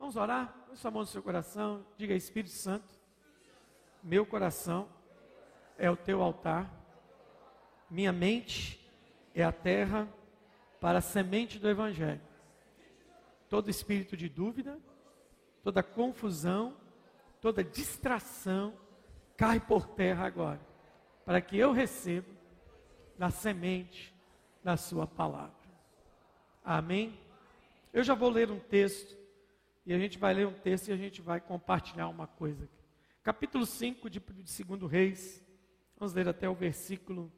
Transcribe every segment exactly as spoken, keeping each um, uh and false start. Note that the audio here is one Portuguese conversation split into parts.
Vamos orar? Põe sua mão no seu coração. Diga: Espírito Santo, meu coração é o teu altar. Minha mente é a terra para a semente do Evangelho. Todo espírito de dúvida, toda confusão, toda distração, cai por terra agora, para que eu receba da semente da sua palavra. Amém? Eu já vou ler um texto, e a gente vai ler um texto e a gente vai compartilhar uma coisa aqui. Capítulo cinco de segundo Reis, vamos ler até o versículo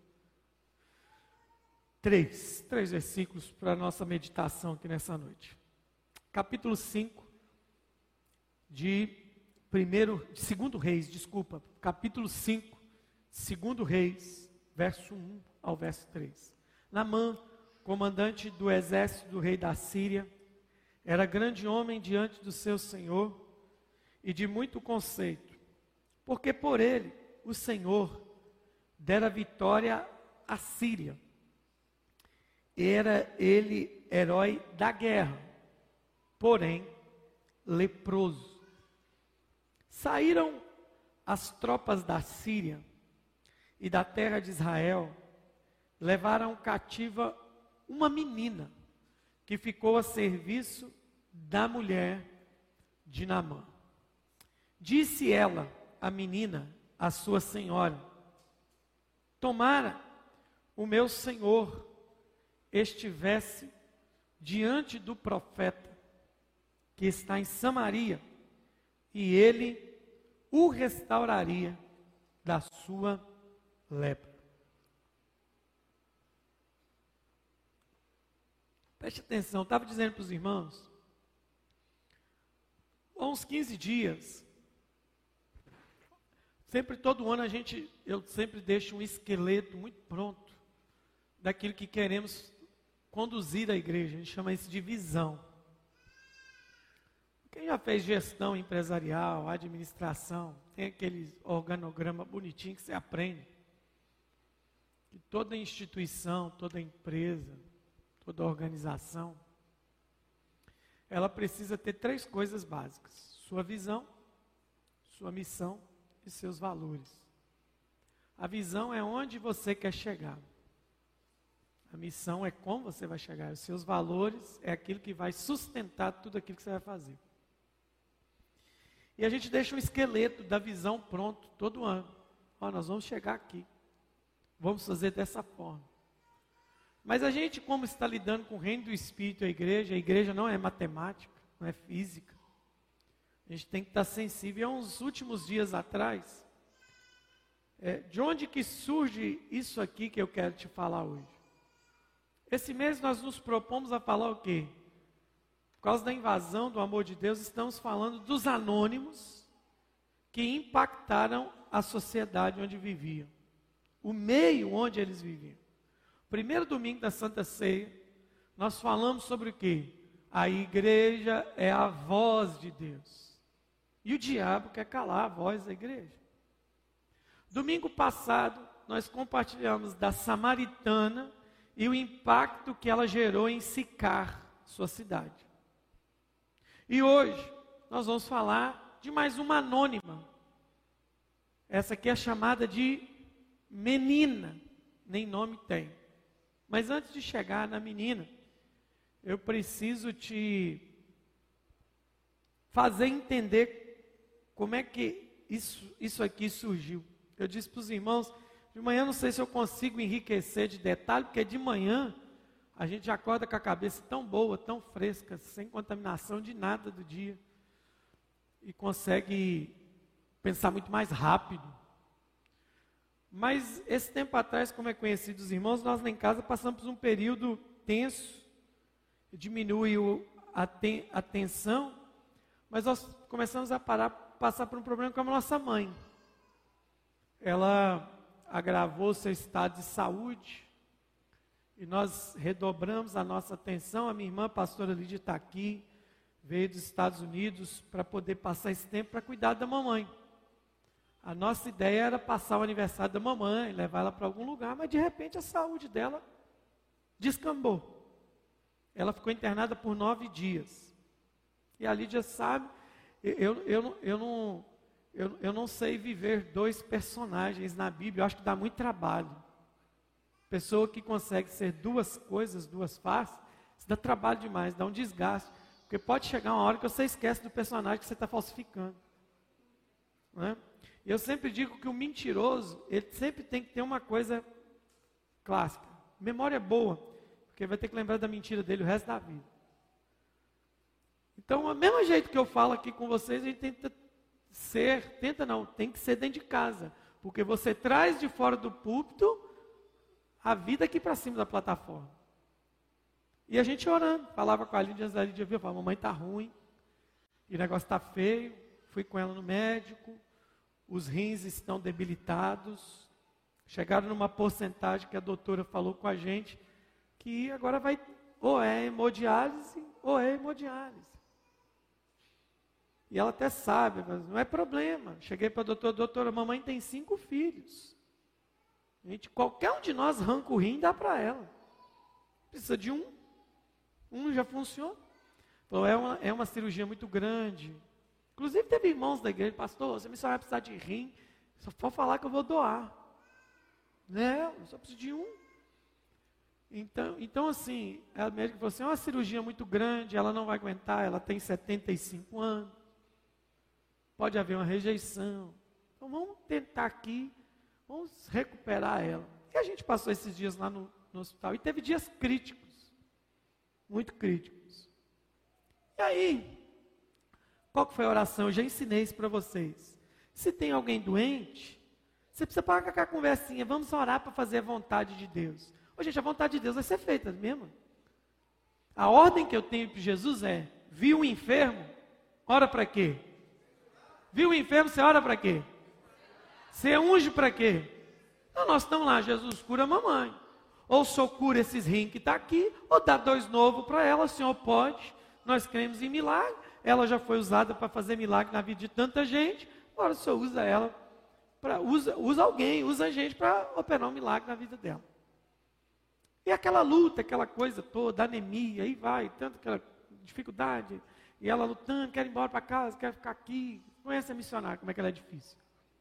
três, três versículos para a nossa meditação aqui nessa noite. Capítulo cinco de primeiro, de segundo Reis, desculpa, capítulo cinco, segundo Reis, verso um ao verso três. Naamã, comandante do exército do rei da Síria, era grande homem diante do seu senhor e de muito conceito, porque por ele o Senhor dera vitória à Síria. Era ele herói da guerra, porém leproso. Saíram as tropas da Síria e da terra de Israel, levaram cativa uma menina que ficou a serviço da mulher de Naamã. Disse ela, a menina, à sua senhora: tomara o meu senhor estivesse diante do profeta que está em Samaria, e ele o restauraria da sua lepra. Preste atenção, eu estava dizendo para os irmãos, há uns quinze dias, sempre, todo ano a gente, eu sempre deixo um esqueleto muito pronto, daquilo que queremos conduzir a igreja, a gente chama isso de visão. Quem já fez gestão empresarial, administração, tem aquele organograma bonitinho que você aprende, que toda instituição, toda empresa, toda organização, ela precisa ter três coisas básicas: sua visão, sua missão e seus valores. A visão é onde você quer chegar. A missão é como você vai chegar. Os seus valores é aquilo que vai sustentar tudo aquilo que você vai fazer. E a gente deixa um esqueleto da visão pronto todo ano. Ó, nós vamos chegar aqui. Vamos fazer dessa forma. Mas a gente, como está lidando com o reino do Espírito e a igreja, a igreja não é matemática, não é física. A gente tem que estar sensível. Há uns últimos dias atrás, é, de onde que surge isso aqui que eu quero te falar hoje? Esse mês nós nos propomos a falar o quê? Por causa da invasão do amor de Deus, estamos falando dos anônimos que impactaram a sociedade onde viviam, o meio onde eles viviam. Primeiro domingo da Santa Ceia, nós falamos sobre o quê? A igreja é a voz de Deus. E o diabo quer calar a voz da igreja. Domingo passado, nós compartilhamos da samaritana e o impacto que ela gerou em Sicar, sua cidade. E hoje, nós vamos falar de mais uma anônima. Essa aqui é chamada de menina, nem nome tem. Mas antes de chegar na menina, eu preciso te fazer entender como é que isso, isso aqui surgiu. Eu disse para os irmãos, de manhã não sei se eu consigo enriquecer de detalhe, porque de manhã a gente já acorda com a cabeça tão boa, tão fresca, sem contaminação de nada do dia. E consegue pensar muito mais rápido. Mas esse tempo atrás, como é conhecido dos irmãos, nós lá em casa passamos por um período tenso, diminuiu a, ten, a tensão, mas nós começamos a parar, passar por um problema com a nossa mãe. Ela agravou seu estado de saúde, e nós redobramos a nossa atenção. A minha irmã, a pastora Lídia, está aqui, veio dos Estados Unidos para poder passar esse tempo para cuidar da mamãe. A nossa ideia era passar o aniversário da mamãe, levar ela para algum lugar, mas de repente a saúde dela descambou. Ela ficou internada por nove dias. E a Lídia sabe, eu, eu, eu, não, eu, eu não sei viver dois personagens na Bíblia, eu acho que dá muito trabalho. Pessoa que consegue ser duas coisas, duas faces, isso dá trabalho demais, dá um desgaste. Porque pode chegar uma hora que você esquece do personagem que você está falsificando. Não é? Eu sempre digo que o mentiroso, ele sempre tem que ter uma coisa clássica. Memória boa, porque vai ter que lembrar da mentira dele o resto da vida. Então, do mesmo jeito que eu falo aqui com vocês, a gente tenta ser, tenta não, tem que ser dentro de casa. Porque você traz de fora do púlpito a vida aqui para cima da plataforma. E a gente orando, falava com a Lídia, antes da Lídia vir, eu falava, mamãe está ruim, e o negócio está feio, fui com ela no médico, os rins estão debilitados, chegaram numa porcentagem que a doutora falou com a gente, que agora vai, ou é hemodiálise, ou é hemodiálise. E ela até sabe, mas não é problema. Cheguei para a doutora, doutora, mamãe tem cinco filhos. Gente, qualquer um de nós arranca o rim e dá para ela. Precisa de um, um já funciona. Então é uma, é uma cirurgia muito grande. Inclusive teve irmãos da igreja, pastor, você me só vai precisar de rim, só pode falar que eu vou doar. Não, eu só preciso de um. Então, então assim, a médica falou assim, é uma cirurgia muito grande, ela não vai aguentar, ela tem setenta e cinco anos, pode haver uma rejeição. Então vamos tentar aqui, vamos recuperar ela. E a gente passou esses dias lá no, no hospital, e teve dias críticos, muito críticos. E aí, qual que foi a oração? Eu já ensinei isso para vocês. Se tem alguém doente, você precisa parar com aquela conversinha, vamos orar para fazer a vontade de Deus. Ô, gente, a vontade de Deus vai ser feita mesmo. A ordem que eu tenho para Jesus é, viu o enfermo, ora para quê? Viu o enfermo, você ora para quê? Você unge para quê? Então nós estamos lá, Jesus cura a mamãe. Ou só cura esses rins que está aqui, ou dá dois novos para ela, o Senhor pode. Nós cremos em milagre, ela já foi usada para fazer milagre na vida de tanta gente, agora o Senhor usa ela, pra, usa, usa alguém, usa a gente para operar um milagre na vida dela. E aquela luta, aquela coisa toda, anemia, aí vai, tanto aquela dificuldade, e ela lutando, quer ir embora para casa, quer ficar aqui, conhece a missionária, como é que ela é difícil.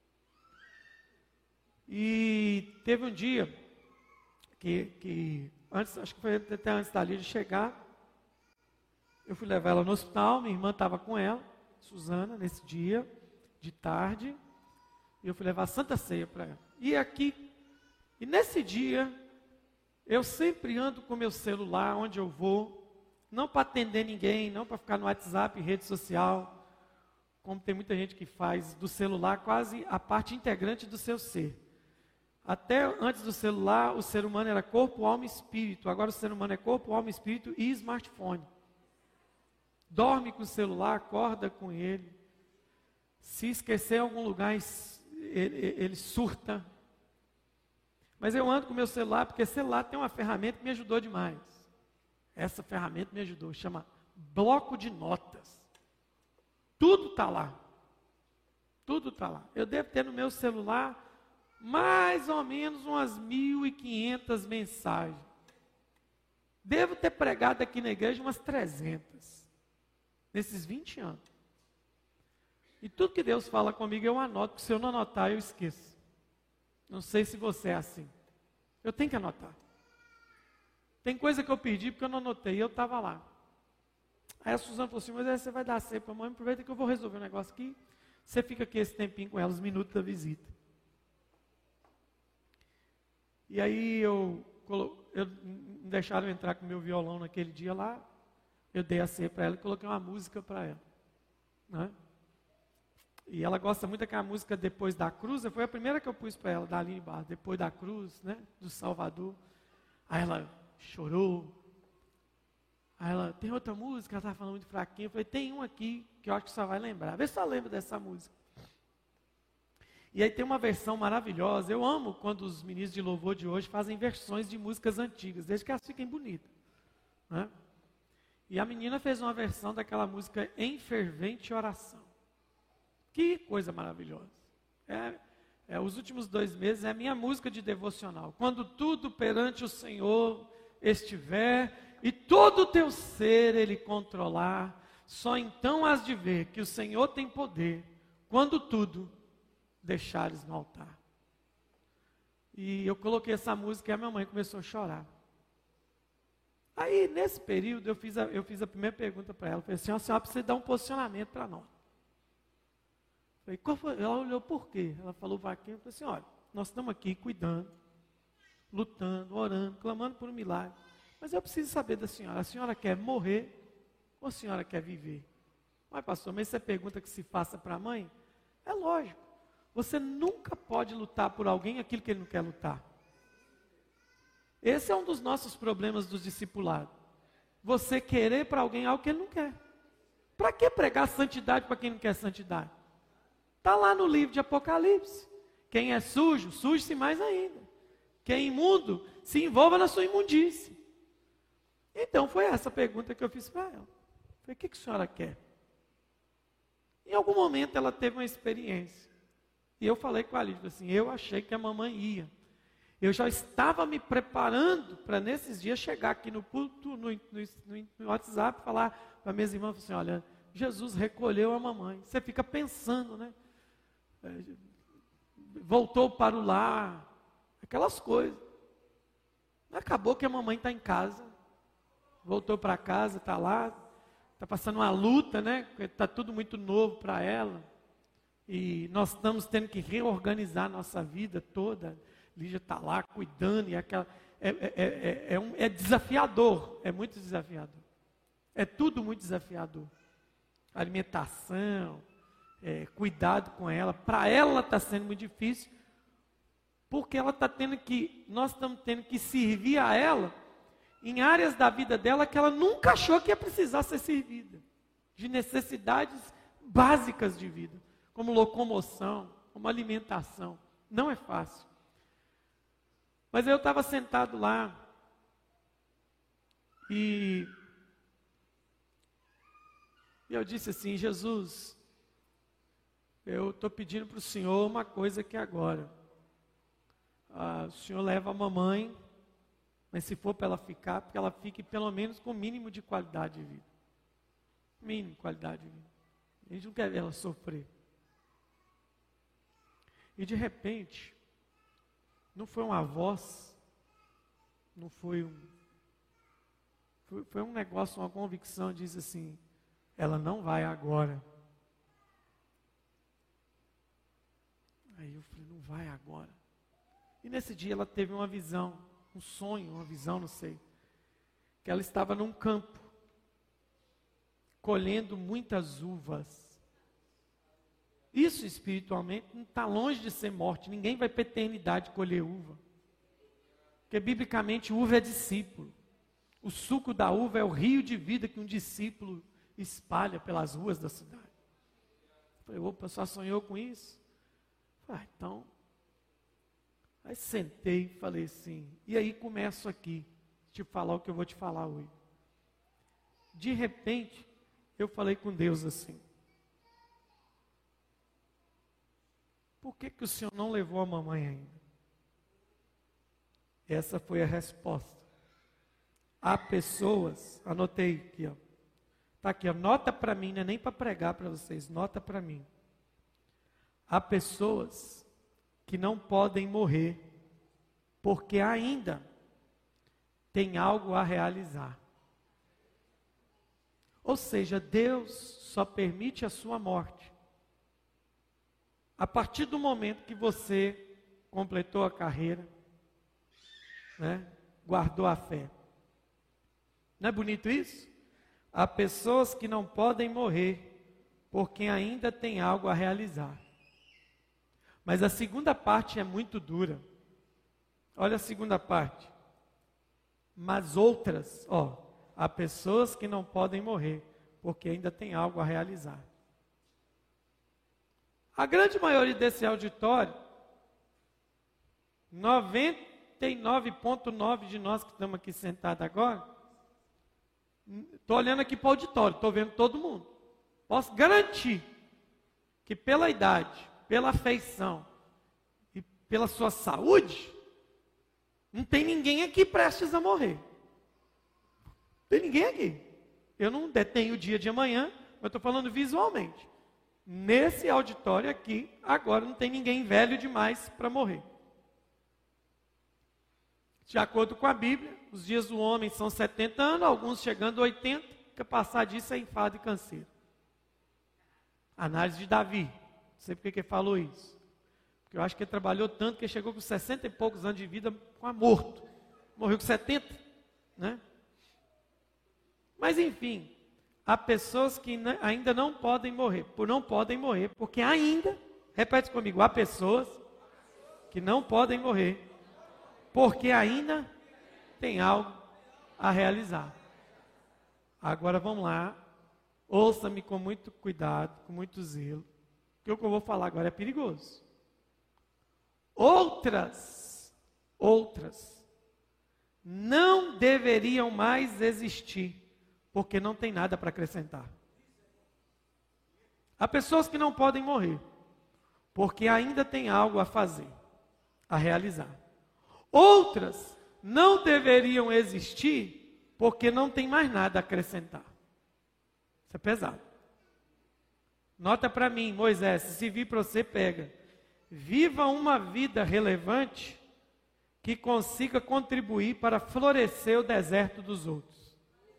E teve um dia, que, que antes, acho que foi até antes da Lídia chegar, eu fui levar ela no hospital, minha irmã estava com ela, Suzana, nesse dia, de tarde, e eu fui levar a Santa Ceia para ela. E aqui, e nesse dia, eu sempre ando com meu celular onde eu vou, não para atender ninguém, não para ficar no WhatsApp, rede social, como tem muita gente que faz do celular quase a parte integrante do seu ser. Até antes do celular, o ser humano era corpo, alma e espírito. Agora o ser humano é corpo, alma, espírito e smartphone. Dorme com o celular, acorda com ele. Se esquecer em algum lugar, ele, ele surta. Mas eu ando com o meu celular, porque celular tem uma ferramenta que me ajudou demais. Essa ferramenta me ajudou, chama bloco de notas. Tudo está lá. Tudo está lá. Eu devo ter no meu celular mais ou menos umas mil e quinhentas mensagens. Devo ter pregado aqui na igreja umas trezentas. Nesses vinte anos. E tudo que Deus fala comigo eu anoto, porque se eu não anotar eu esqueço. Não sei se você é assim. Eu tenho que anotar. Tem coisa que eu perdi porque eu não anotei e eu estava lá. Aí a Suzana falou assim, mas aí você vai dar ceia para a mãe, aproveita que eu vou resolver um negócio aqui. Você fica aqui esse tempinho com ela, os minutos da visita. E aí eu, eu me deixaram entrar com o meu violão naquele dia lá. Eu dei a ceia para ela e coloquei uma música para ela. Né? E ela gosta muito daquela música Depois da Cruz. Foi a primeira que eu pus para ela, da Aline Barra. Depois da Cruz, né? Do Salvador. Aí ela chorou. Aí ela, tem outra música? Ela estava falando muito fraquinho. Eu falei, tem um aqui que eu acho que você vai lembrar. Vê se você lembra dessa música. E aí tem uma versão maravilhosa. Eu amo quando os ministros de louvor de hoje fazem versões de músicas antigas, desde que elas fiquem bonitas. Né? E a menina fez uma versão daquela música Em Fervente Oração. Que coisa maravilhosa. É, é, os últimos dois meses é a minha música de devocional. Quando tudo perante o Senhor estiver e todo o teu ser Ele controlar, só então has de ver que o Senhor tem poder, quando tudo deixares no altar. E eu coloquei essa música e a minha mãe começou a chorar. Aí, nesse período, eu fiz a, eu fiz a primeira pergunta para ela. Falei assim, a senhora precisa dar um posicionamento para nós. Falei, qual foi? Ela olhou, por quê? Ela falou, Vaquinha, eu falei assim, olha, nós estamos aqui cuidando, lutando, orando, clamando por um milagre. Mas eu preciso saber da senhora, a senhora quer morrer ou a senhora quer viver? Mas pastor, mas essa é pergunta que se faça para a mãe? É lógico, você nunca pode lutar por alguém aquilo que ele não quer lutar. Esse é um dos nossos problemas dos discipulados. Você querer para alguém algo que ele não quer. Para que pregar santidade para quem não quer santidade? Está lá no livro de Apocalipse. Quem é sujo, suje-se mais ainda. Quem é imundo, se envolva na sua imundície. Então foi essa pergunta que eu fiz para ela. Falei, o que, que a senhora quer? Em algum momento ela teve uma experiência. E eu falei com a Lídia, assim, eu achei que a mamãe ia. Eu já estava me preparando para nesses dias chegar aqui no culto, no, no, no WhatsApp, falar para minhas irmãs, assim, olha, Jesus recolheu a mamãe. Você fica pensando, né? Voltou para o lar, aquelas coisas. Acabou que a mamãe está em casa, voltou para casa, está lá, está passando uma luta, né? Está tudo muito novo para ela. E nós estamos tendo que reorganizar a nossa vida toda. Lígia está lá cuidando, e aquela, é, é, é, é, um, é desafiador, é muito desafiador. É tudo muito desafiador. Alimentação, é, cuidado com ela. Para ela está sendo muito difícil, porque ela está tendo que, nós estamos tendo que servir a ela em áreas da vida dela que ela nunca achou que ia precisar ser servida. De necessidades básicas de vida, como locomoção, como alimentação. Não é fácil. Mas eu estava sentado lá e, e eu disse assim, Jesus, eu estou pedindo para o Senhor uma coisa aqui agora. Ah, o Senhor leva a mamãe, mas se for para ela ficar, porque ela fique pelo menos com o mínimo de qualidade de vida. Mínimo de qualidade de vida. A gente não quer ver ela sofrer. E de repente, não foi uma voz, não foi um, foi, foi um negócio, uma convicção, diz assim, ela não vai agora. Aí eu falei, não vai agora. E nesse dia ela teve uma visão, um sonho, uma visão, não sei, que ela estava num campo, colhendo muitas uvas. Isso espiritualmente não está longe de ser morte. Ninguém vai para a eternidade colher uva. Porque biblicamente uva é discípulo. O suco da uva é o rio de vida que um discípulo espalha pelas ruas da cidade. Eu falei, opa, só sonhou com isso? Ah, então. Aí sentei e falei assim, e aí começo aqui, te falar o que eu vou te falar hoje. De repente, eu falei com Deus assim, por que que o Senhor não levou a mamãe ainda? Essa foi a resposta. Há pessoas, anotei aqui, ó. Está aqui, ó, nota para mim, não é nem para pregar para vocês, nota para mim. Há pessoas que não podem morrer, porque ainda tem algo a realizar. Ou seja, Deus só permite a sua morte a partir do momento que você completou a carreira, né? Guardou a fé. Não é bonito isso? Há pessoas que não podem morrer, porque ainda tem algo a realizar. Mas a segunda parte é muito dura. Olha a segunda parte. Mas outras, ó, há pessoas que não podem morrer, porque ainda tem algo a realizar. A grande maioria desse auditório, noventa e nove vírgula nove de nós que estamos aqui sentados agora, estou olhando aqui para o auditório, estou vendo todo mundo. Posso garantir que pela idade, pela afeição e pela sua saúde, não tem ninguém aqui prestes a morrer. Não tem ninguém aqui. Eu não detenho o dia de amanhã, mas estou falando visualmente. Nesse auditório aqui, agora não tem ninguém velho demais para morrer. De acordo com a Bíblia, os dias do homem são setenta anos, alguns chegando a oitenta, que passar disso é enfado e canseiro. Análise de Davi, não sei porque que ele falou isso. Porque eu acho que ele trabalhou tanto que ele chegou com sessenta e poucos anos de vida com morto. Morreu com setenta, né? Mas enfim, há pessoas que ainda não podem morrer, por não podem morrer, porque ainda, repete comigo, há pessoas que não podem morrer, porque ainda tem algo a realizar. Agora vamos lá, ouça-me com muito cuidado, com muito zelo, porque o que eu vou falar agora é perigoso. Outras, outras, não deveriam mais existir, porque não tem nada para acrescentar. Há pessoas que não podem morrer, porque ainda tem algo a fazer, a realizar. Outras não deveriam existir, porque não tem mais nada a acrescentar. Isso é pesado. Nota para mim, Moisés, se vir para você, pega. Viva uma vida relevante que consiga contribuir para florescer o deserto dos outros.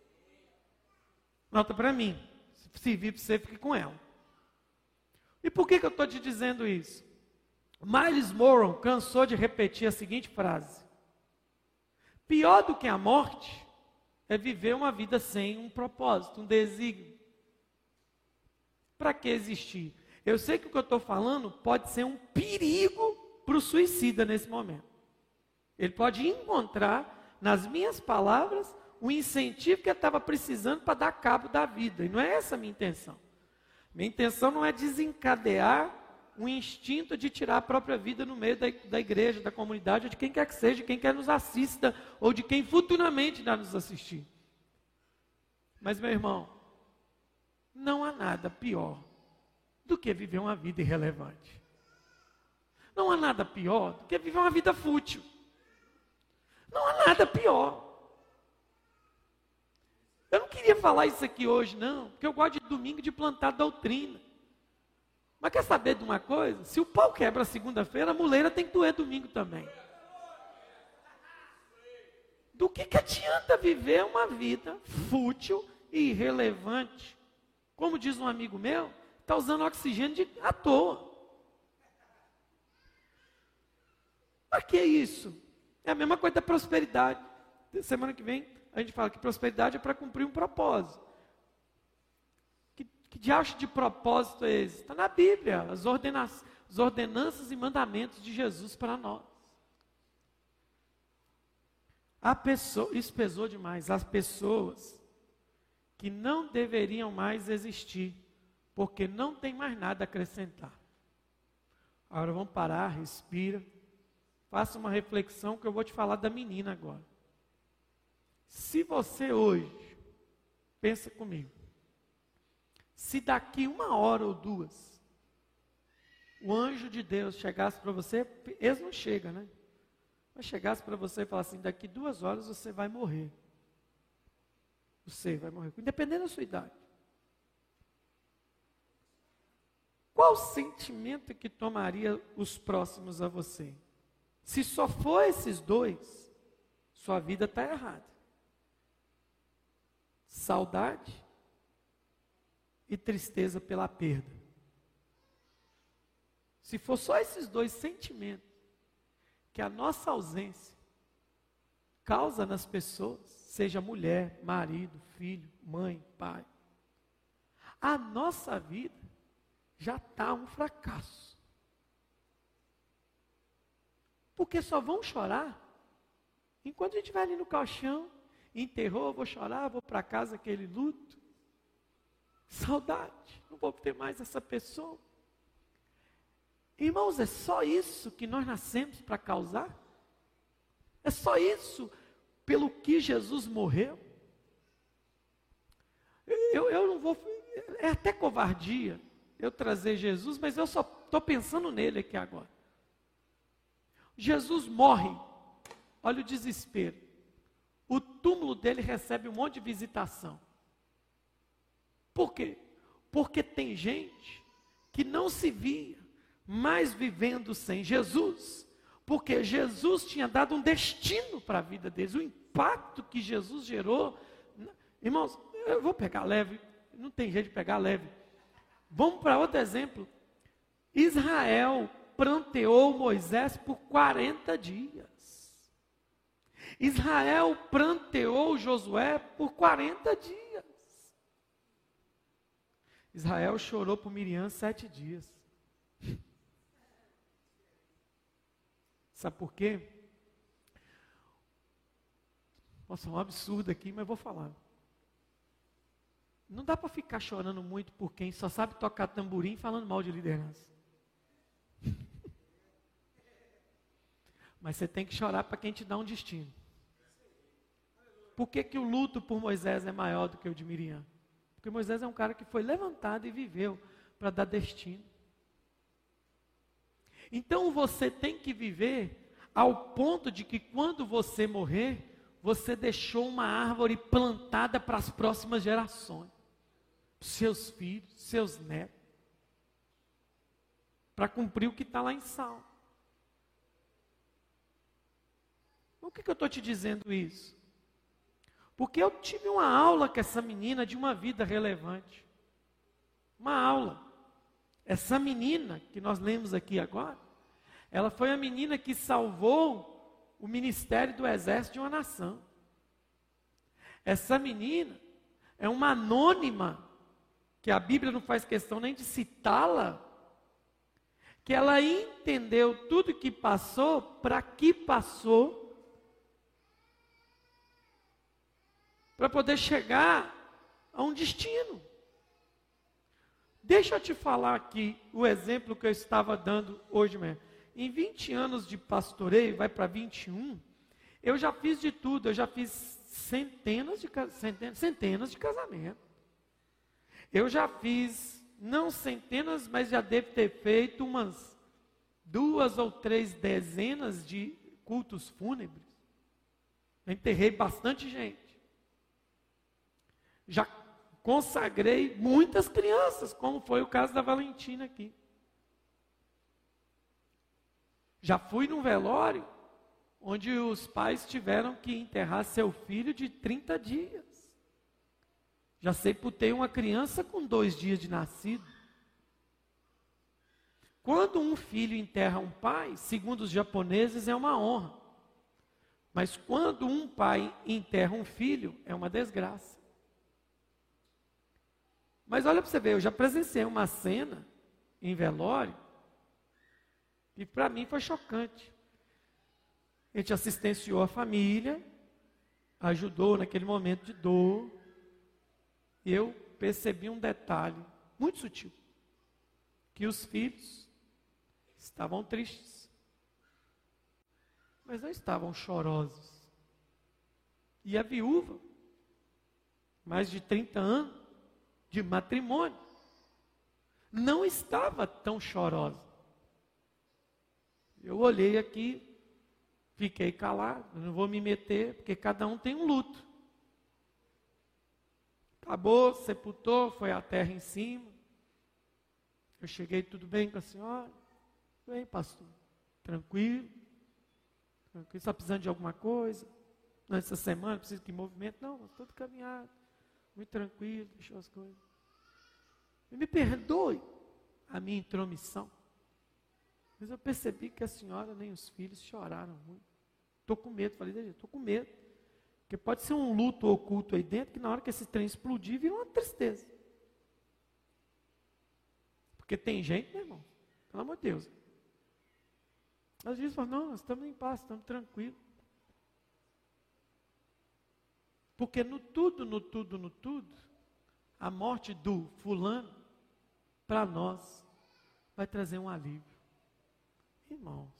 Nota para mim. Se vir para você, fique com ela. E por que, que eu estou te dizendo isso? Miles Monroe cansou de repetir a seguinte frase: pior do que a morte é viver uma vida sem um propósito, um desígnio. Para que existir? Eu sei que o que eu estou falando pode ser um perigo para o suicida nesse momento. Ele pode encontrar nas minhas palavras o incentivo que ele estava precisando para dar cabo da vida. E não é essa a minha intenção. Minha intenção não é desencadear um instinto de tirar a própria vida no meio da, da igreja, da comunidade, ou de quem quer que seja, de quem quer nos assista, ou de quem futuramente irá nos assistir. Mas, meu irmão, não há nada pior do que viver uma vida irrelevante. Não há nada pior do que viver uma vida fútil. Não há nada pior. Eu não queria falar isso aqui hoje, não, porque eu gosto de domingo de plantar doutrina. Mas quer saber de uma coisa? Se o pau quebra segunda-feira, a muleira tem que doer domingo também. Do que, que adianta viver uma vida fútil e irrelevante? Como diz um amigo meu, está usando oxigênio de, à toa. Para que isso? É a mesma coisa da prosperidade. Semana que vem a gente fala que prosperidade é para cumprir um propósito. Que, que diacho de propósito é esse? Está na Bíblia, as, ordena as ordenanças e mandamentos de Jesus para nós. Há pessoas, isso pesou demais, as pessoas que não deveriam mais existir, porque não tem mais nada a acrescentar. Agora vamos parar, respira, faça uma reflexão que eu vou te falar da menina agora. Se você hoje, pensa comigo, se daqui uma hora ou duas, o anjo de Deus chegasse para você, eles não chegam, né? Mas chegasse para você e falasse assim, daqui duas horas você vai morrer. Você vai morrer, independente da sua idade. Qual sentimento que tomaria os próximos a você? Se só for esses dois, sua vida está errada. Saudade e tristeza pela perda. Se for só esses dois sentimentos que a nossa ausência causa nas pessoas, seja mulher, marido, filho, mãe, pai, a nossa vida já está um fracasso. Porque só vão chorar enquanto a gente vai ali no caixão, enterrou, vou chorar, vou para casa, aquele luto. Saudade, não vou ter mais essa pessoa. Irmãos, é só isso que nós nascemos para causar? É só isso pelo que Jesus morreu? Eu, eu não vou, é até covardia eu trazer Jesus, mas eu só estou pensando nele aqui agora. Jesus morre, olha o desespero. O túmulo dele recebe um monte de visitação. Por quê? Porque tem gente que não se via mais vivendo sem Jesus, porque Jesus tinha dado um destino para a vida deles, o impacto que Jesus gerou. Irmãos, eu vou pegar leve, não tem jeito de pegar leve. Vamos para outro exemplo. Israel pranteou Moisés por quarenta dias. Israel pranteou Josué por quarenta dias. Israel chorou por Miriam sete dias. Sabe por quê? Nossa, é um absurdo aqui, mas vou falar. Não dá para ficar chorando muito por quem só sabe tocar tamborim falando mal de liderança. Mas você tem que chorar para quem te dá um destino. Por que que o luto por Moisés é maior do que o de Miriam? Porque Moisés é um cara que foi levantado e viveu para dar destino. Então você tem que viver ao ponto de que quando você morrer, você deixou uma árvore plantada para as próximas gerações. Seus filhos, seus netos. Para cumprir o que está lá em Salmo. Por que que eu estou te dizendo isso? Porque eu tive uma aula com essa menina de uma vida relevante. Uma aula. Essa menina que nós lemos aqui agora, ela foi a menina que salvou o ministério do exército de uma nação. Essa menina é uma anônima, que a Bíblia não faz questão nem de citá-la, que ela entendeu tudo que passou, para que passou, para poder chegar a um destino. Deixa eu te falar aqui o exemplo que eu estava dando hoje mesmo. Em vinte anos de pastoreio, vai para vinte e um, eu já fiz de tudo, eu já fiz centenas de, centenas, centenas de casamentos. Eu já fiz, não centenas, mas já devo ter feito umas duas ou três dezenas de cultos fúnebres. Eu enterrei bastante gente. Já consagrei muitas crianças, como foi o caso da Valentina aqui. Já fui num velório, onde os pais tiveram que enterrar seu filho de trinta dias. Já sepultei uma criança com dois dias de nascido. Quando um filho enterra um pai, segundo os japoneses, é uma honra. Mas quando um pai enterra um filho, é uma desgraça. Mas olha para você ver, eu já presenciei uma cena em velório, e para mim foi chocante. A gente assistenciou a família, ajudou naquele momento de dor. E eu percebi um detalhe muito sutil, que os filhos estavam tristes, mas não estavam chorosos. E a viúva, mais de trinta anos de matrimônio, não estava tão chorosa. Eu olhei aqui, fiquei calado, não vou me meter, porque cada um tem um luto. Acabou, sepultou, foi a terra em cima. Eu cheguei, tudo bem com a senhora? Tudo bem, pastor? Tranquilo? Tranquilo? Está precisando de alguma coisa? Nessa semana, preciso de movimento? Não, mas tudo caminhado. Muito tranquilo, deixou as coisas. E me perdoe a minha intromissão. Mas eu percebi que a senhora nem os filhos choraram muito. Estou com medo, falei, estou com medo. Porque pode ser um luto oculto aí dentro, que na hora que esse trem explodir, vira uma tristeza. Porque tem gente, meu irmão, pelo amor de Deus. Às vezes fala, não, nós estamos em paz, estamos tranquilos. Porque no tudo, no tudo, no tudo, a morte do fulano, para nós, vai trazer um alívio. Irmãos,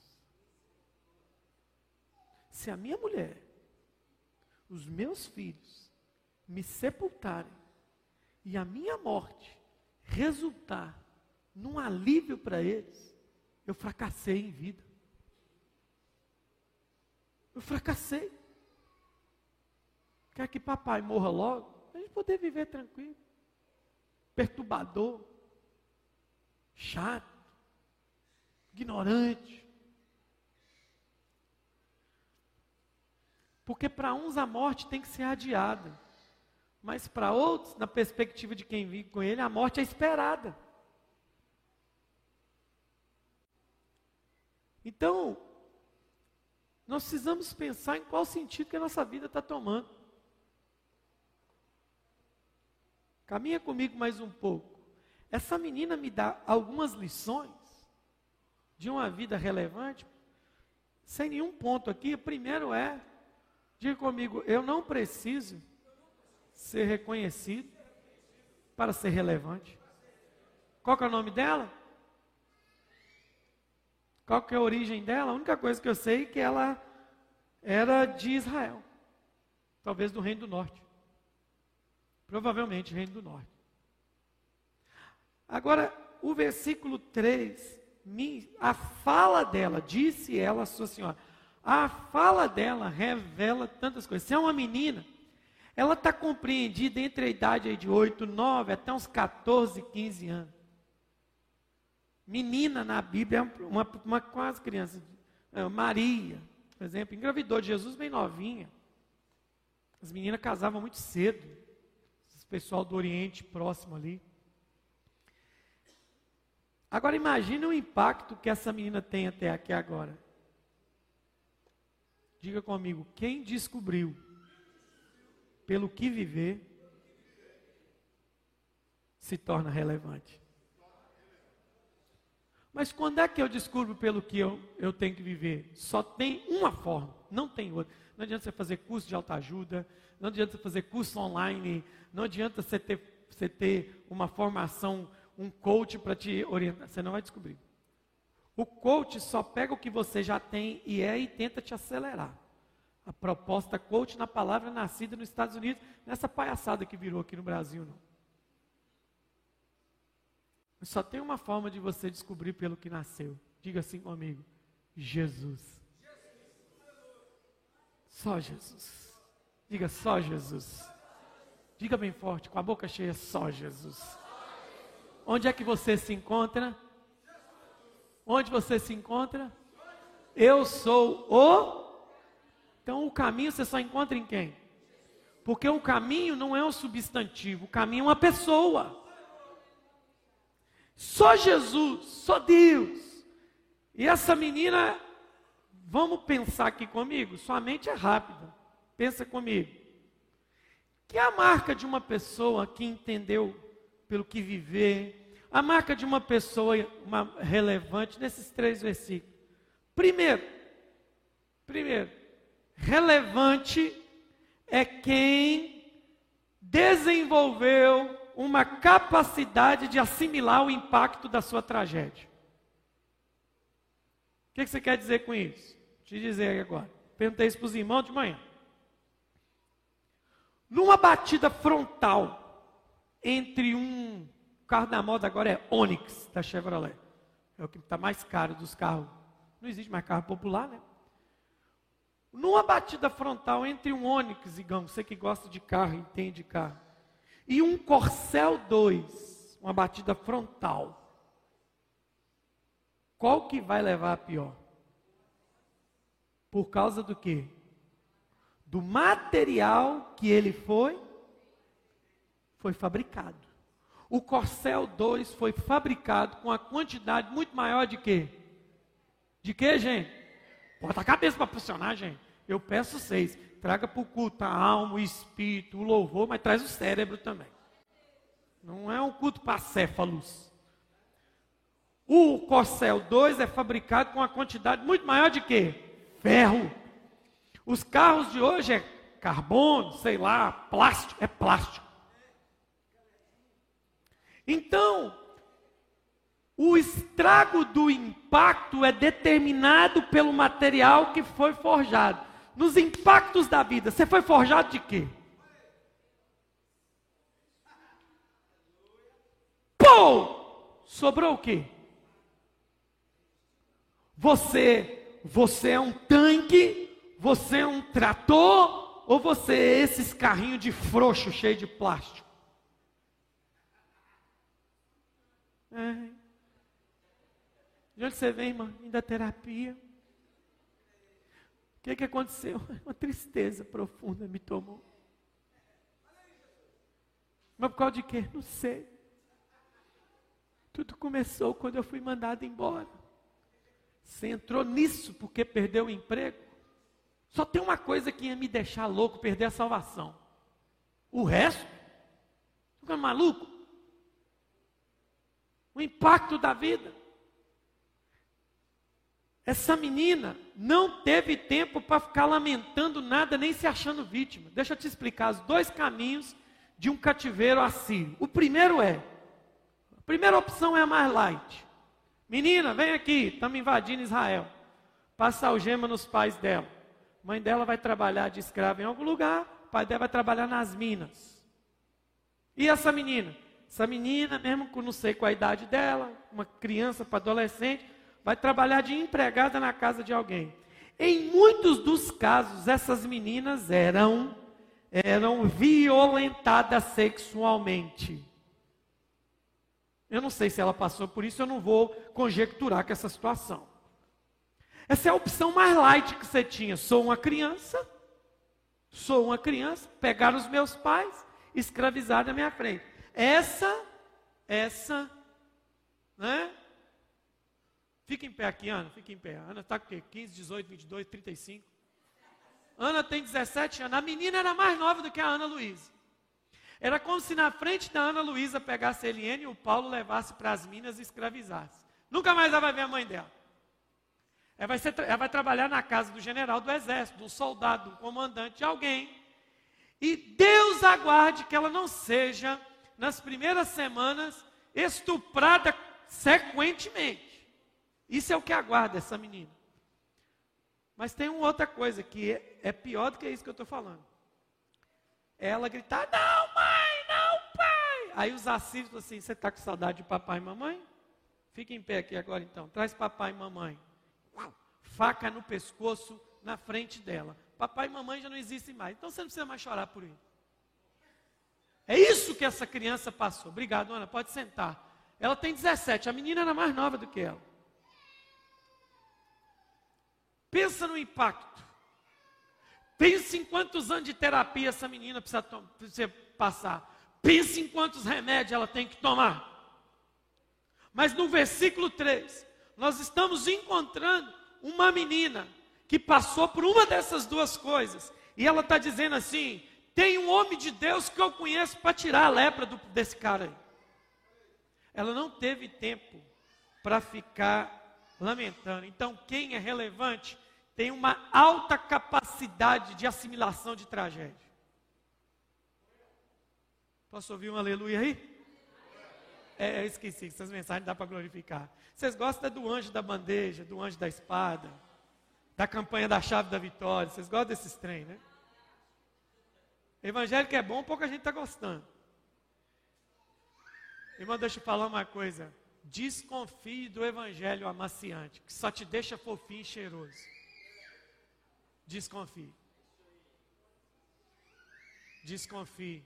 se a minha mulher, os meus filhos, me sepultarem, e a minha morte resultar num alívio para eles, eu fracassei em vida. Eu fracassei. Quer que papai morra logo, para a gente poder viver tranquilo. perturbador, chato, ignorante. Porque para uns a morte tem que ser adiada, mas para outros, na perspectiva de quem vive com ele, a morte é esperada. Então, nós precisamos pensar em qual sentido que a nossa vida está tomando. Caminha comigo mais um pouco. Essa menina me dá algumas lições de uma vida relevante, sem nenhum ponto aqui. O primeiro é, diga comigo, eu não preciso ser reconhecido para ser relevante. Qual que é o nome dela? Qual que é a origem dela? A única coisa que eu sei é que ela era de Israel. Talvez do Reino do Norte. Provavelmente Reino do Norte. Agora, o versículo três, a fala dela, disse ela a sua senhora, a fala dela revela tantas coisas. Se é uma menina, ela está compreendida entre a idade aí de oito, nove, até uns quatorze, quinze anos. Menina na Bíblia é uma, uma quase criança. Maria, por exemplo, engravidou de Jesus bem novinha. As meninas casavam muito cedo. Esse pessoal do Oriente próximo ali. Agora imagine o impacto que essa menina tem até aqui agora. Diga comigo, quem descobriu pelo que viver se torna relevante. Mas quando é que eu descubro pelo que eu, eu tenho que viver? Só tem uma forma, não tem outra. Não adianta você fazer curso de autoajuda, não adianta você fazer curso online, não adianta você ter, você ter uma formação, um coach para te orientar, você não vai descobrir. O coach só pega o que você já tem e é e tenta te acelerar. A proposta coach na palavra nascida nos Estados Unidos, nessa palhaçada que virou aqui no Brasil, não. Só tem uma forma de você descobrir pelo que nasceu. Diga assim comigo: Jesus. Só Jesus. Diga só Jesus. Diga bem forte, com a boca cheia, só Jesus. Onde é que você se encontra? Onde você se encontra? Eu sou o... Então o caminho você só encontra em quem? Porque o caminho não é um substantivo, o caminho é uma pessoa. Só Jesus, só Deus. E essa menina, vamos pensar aqui comigo? Sua mente é rápida. Pensa comigo. Que é a marca de uma pessoa que entendeu pelo que viver, a marca de uma pessoa uma, relevante nesses três versículos. Primeiro, primeiro, relevante é quem desenvolveu uma capacidade de assimilar o impacto da sua tragédia. O que você quer dizer com isso? Vou te dizer agora. Perguntei isso para os irmãos de manhã. Numa batida frontal entre um carro da moda agora é Onix da Chevrolet. É o que está mais caro dos carros. Não existe mais carro popular, né? Numa batida frontal entre um Onix, digamos, você que gosta de carro, entende de carro, e um Corcel dois, uma batida frontal, qual que vai levar a pior? Por causa do quê? Do material que ele foi, foi fabricado. O Corcel dois foi fabricado com a quantidade muito maior de quê? De quê, gente? Bota a cabeça para funcionar, gente. Eu peço vocês, traga para o culto a alma, o espírito, o louvor, mas traz o cérebro também. Não é um culto para céfalos. O Corcel dois é fabricado com uma quantidade muito maior de quê? Ferro. Os carros de hoje é carbono, sei lá, plástico, é plástico. Então, o estrago do impacto é determinado pelo material que foi forjado. Nos impactos da vida, você foi forjado de quê? Pô! Sobrou o quê? Você, você é um tanque, você é um trator, ou você é esses carrinhos de frouxo cheio de plástico? É. De onde você vem, irmã? Indo da terapia. O que, que aconteceu? Uma tristeza profunda me tomou. Mas por causa de quê? Não sei. Tudo começou quando eu fui mandado embora. Você entrou nisso porque perdeu o emprego? Só tem uma coisa que ia me deixar louco, perder a salvação. O resto? Fica maluco? O impacto da vida. Essa menina não teve tempo para ficar lamentando nada, nem se achando vítima. Deixa eu te explicar os dois caminhos de um cativeiro assírio. O primeiro é, a primeira opção é a mais light. Menina, vem aqui, estamos invadindo Israel. Passa algema nos pais dela. Mãe dela vai trabalhar de escrava em algum lugar, o pai dela vai trabalhar nas minas. E essa menina? Essa menina, mesmo com não sei qual a idade dela, uma criança para adolescente, vai trabalhar de empregada na casa de alguém. Em muitos dos casos, essas meninas eram, eram violentadas sexualmente. Eu não sei se ela passou por isso, eu não vou conjecturar com essa situação. Essa é a opção mais light que você tinha. Sou uma criança, sou uma criança, pegaram os meus pais, escravizaram na minha frente. Essa, essa, né? Fica em pé aqui, Ana, fica em pé. A Ana está com o quê? quinze, dezoito, vinte e dois, trinta e cinco. Ana tem dezessete anos. A menina era mais nova do que a Ana Luísa. Era como se na frente da Ana Luísa pegasse a Eliane e o Paulo levasse para as minas e escravizasse. Nunca mais ela vai ver a mãe dela. Ela vai, ser, ela vai trabalhar na casa do general do exército, de um soldado, de um comandante, de alguém. E Deus aguarde que ela não seja, nas primeiras semanas, estuprada sequentemente. Isso é o que aguarda essa menina. Mas tem uma outra coisa que é, é pior do que isso que eu estou falando. Ela gritar, não mãe, não pai. Aí os assírios falam assim, você está com saudade de papai e mamãe? Fica em pé aqui agora então, traz papai e mamãe. Faca no pescoço, na frente dela. Papai e mamãe já não existem mais, então você não precisa mais chorar por isso. É isso que essa criança passou. Obrigado, Ana, pode sentar. Ela tem dezessete, a menina era mais nova do que ela. Pensa no impacto. Pense em quantos anos de terapia essa menina precisa, precisa passar. Pense em quantos remédios ela tem que tomar. Mas no versículo três, nós estamos encontrando uma menina que passou por uma dessas duas coisas. E ela está dizendo assim, tem um homem de Deus que eu conheço para tirar a lepra do, desse cara aí. Ela não teve tempo para ficar lamentando. Então, quem é relevante tem uma alta capacidade de assimilação de tragédia. Posso ouvir um aleluia aí? É, eu esqueci, essas mensagens dá para glorificar. Vocês gostam do anjo da bandeja, do anjo da espada, da campanha da chave da vitória. Vocês gostam desses trem, né? Evangélico é bom, pouca gente está gostando. Irmão, deixa eu falar uma coisa. Desconfie do evangelho amaciante, que só te deixa fofinho e cheiroso. Desconfie. Desconfie.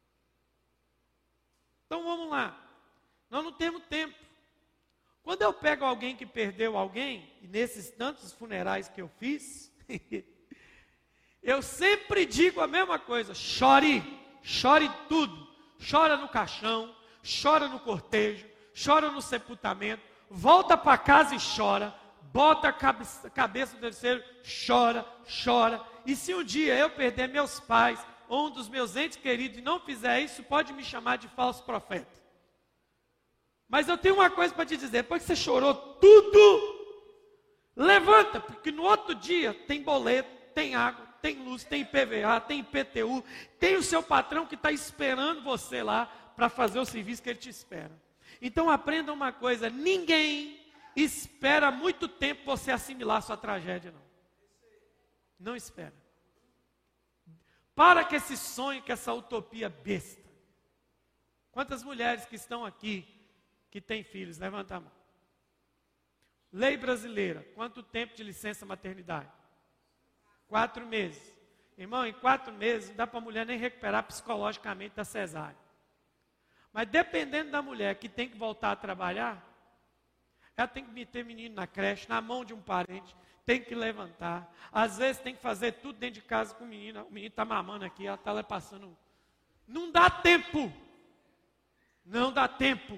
Então vamos lá. Nós não temos tempo. Quando eu pego alguém que perdeu alguém, e nesses tantos funerais que eu fiz, eu sempre digo a mesma coisa: chore, chore tudo. Chora no caixão, chora no cortejo, chora no sepultamento, volta para casa e chora, bota a cabeça, a cabeça no terceiro, chora, chora. E se um dia eu perder meus pais, ou um dos meus entes queridos, e não fizer isso, pode me chamar de falso profeta. Mas eu tenho uma coisa para te dizer, depois que você chorou tudo, levanta, porque no outro dia tem boleto, tem água, tem luz, tem I P V A, tem I P T U, tem o seu patrão que está esperando você lá para fazer o serviço que ele te espera. Então aprenda uma coisa, ninguém espera muito tempo você assimilar a sua tragédia, não. Não espera. Para com esse sonho, com essa utopia besta. Quantas mulheres que estão aqui, que têm filhos, levanta a mão. Lei brasileira, quanto tempo de licença maternidade? Quatro meses. Irmão, em quatro meses não dá para a mulher nem recuperar psicologicamente da cesárea. Mas dependendo da mulher que tem que voltar a trabalhar, ela tem que meter menino na creche, na mão de um parente, tem que levantar. Às vezes tem que fazer tudo dentro de casa com o menino. O menino está mamando aqui, ela está lá passando. Não dá tempo. Não dá tempo.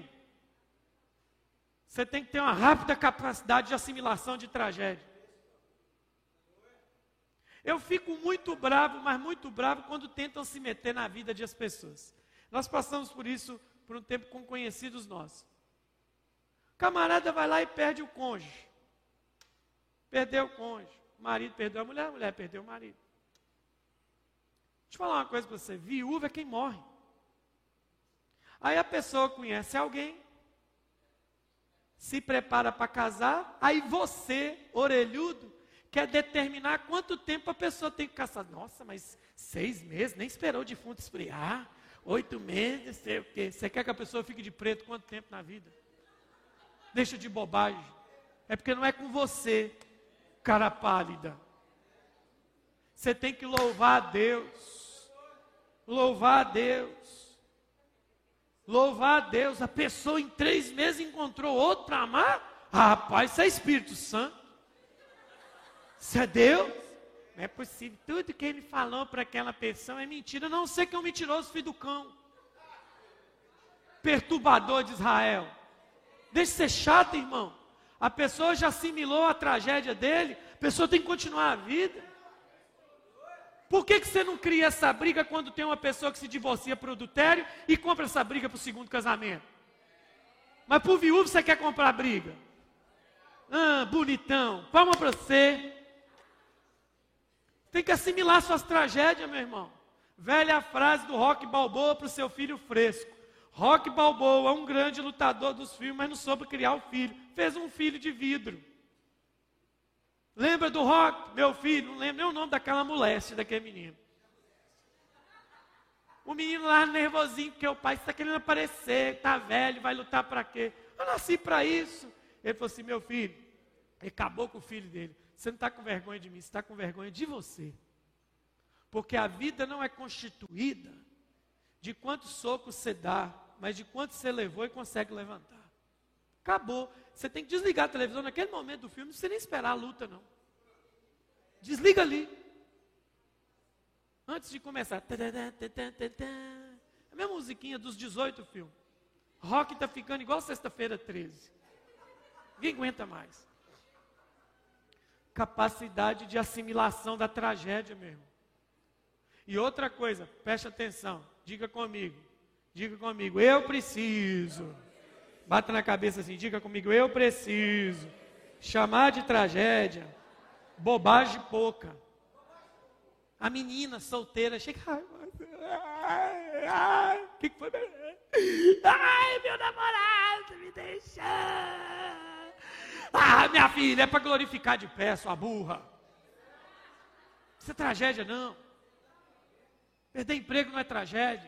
Você tem que ter uma rápida capacidade de assimilação de tragédia. Eu fico muito bravo, mas muito bravo quando tentam se meter na vida das pessoas. Nós passamos por isso por um tempo com conhecidos nossos. O camarada vai lá e perde o cônjuge. Perdeu o cônjuge. O marido perdeu a mulher, a mulher perdeu o marido. Deixa eu falar uma coisa para você. Viúva é quem morre. Aí a pessoa conhece alguém, se prepara para casar, aí você, orelhudo, quer determinar quanto tempo a pessoa tem que casar. Nossa, mas seis meses, nem esperou o defunto esfriar. Oito meses, sei o quê. Você quer que a pessoa fique de preto quanto tempo na vida? Deixa de bobagem. É porque não é com você, cara pálida. Você tem que louvar a Deus. Louvar a Deus. Louvar a Deus. A pessoa em três meses encontrou outro para amar? Ah, rapaz, isso é Espírito Santo. Isso é Deus? Não é possível. Tudo que ele falou para aquela pessoa é mentira. Não sei que é um mentiroso, filho do cão. Perturbador de Israel. Deixa de ser chato, irmão. A pessoa já assimilou a tragédia dele. A pessoa tem que continuar a vida. Por que, que você não cria essa briga quando tem uma pessoa que se divorcia por adultério e compra essa briga para o segundo casamento? Mas por viúvo você quer comprar briga? Ah, bonitão. Palma para você. Tem que assimilar suas tragédias, meu irmão. Velha frase do Rocky Balboa para o seu filho fresco. Rocky Balboa é um grande lutador dos filmes, mas não soube criar o filho. Fez um filho de vidro. Lembra do Rocky? Meu filho, não lembro nem o nome daquela moléstia daquele menino. O menino lá nervosinho, porque o pai está querendo aparecer, está velho, vai lutar para quê? Eu nasci para isso. Ele falou assim, meu filho, ele acabou com o filho dele. Você não está com vergonha de mim, você está com vergonha de você. Porque a vida não é constituída de quantos socos você dá, mas de quanto você levou e consegue levantar. Acabou. Você tem que desligar a televisão naquele momento do filme, não precisa nem esperar a luta, não. Desliga ali. Antes de começar. A minha musiquinha dos dezoito filmes. Rock está ficando igual sexta-feira treze. Ninguém aguenta mais. Capacidade de assimilação da tragédia mesmo. E outra coisa, preste atenção, diga comigo, diga comigo, eu preciso, bata na cabeça assim, diga comigo, eu preciso, chamar de tragédia, bobagem pouca. A menina solteira chega, ai, o que, que foi? Ai, meu namorado me deixou. Ah, minha filha, é para glorificar de pé, sua burra. Isso é tragédia, não. Perder emprego não é tragédia.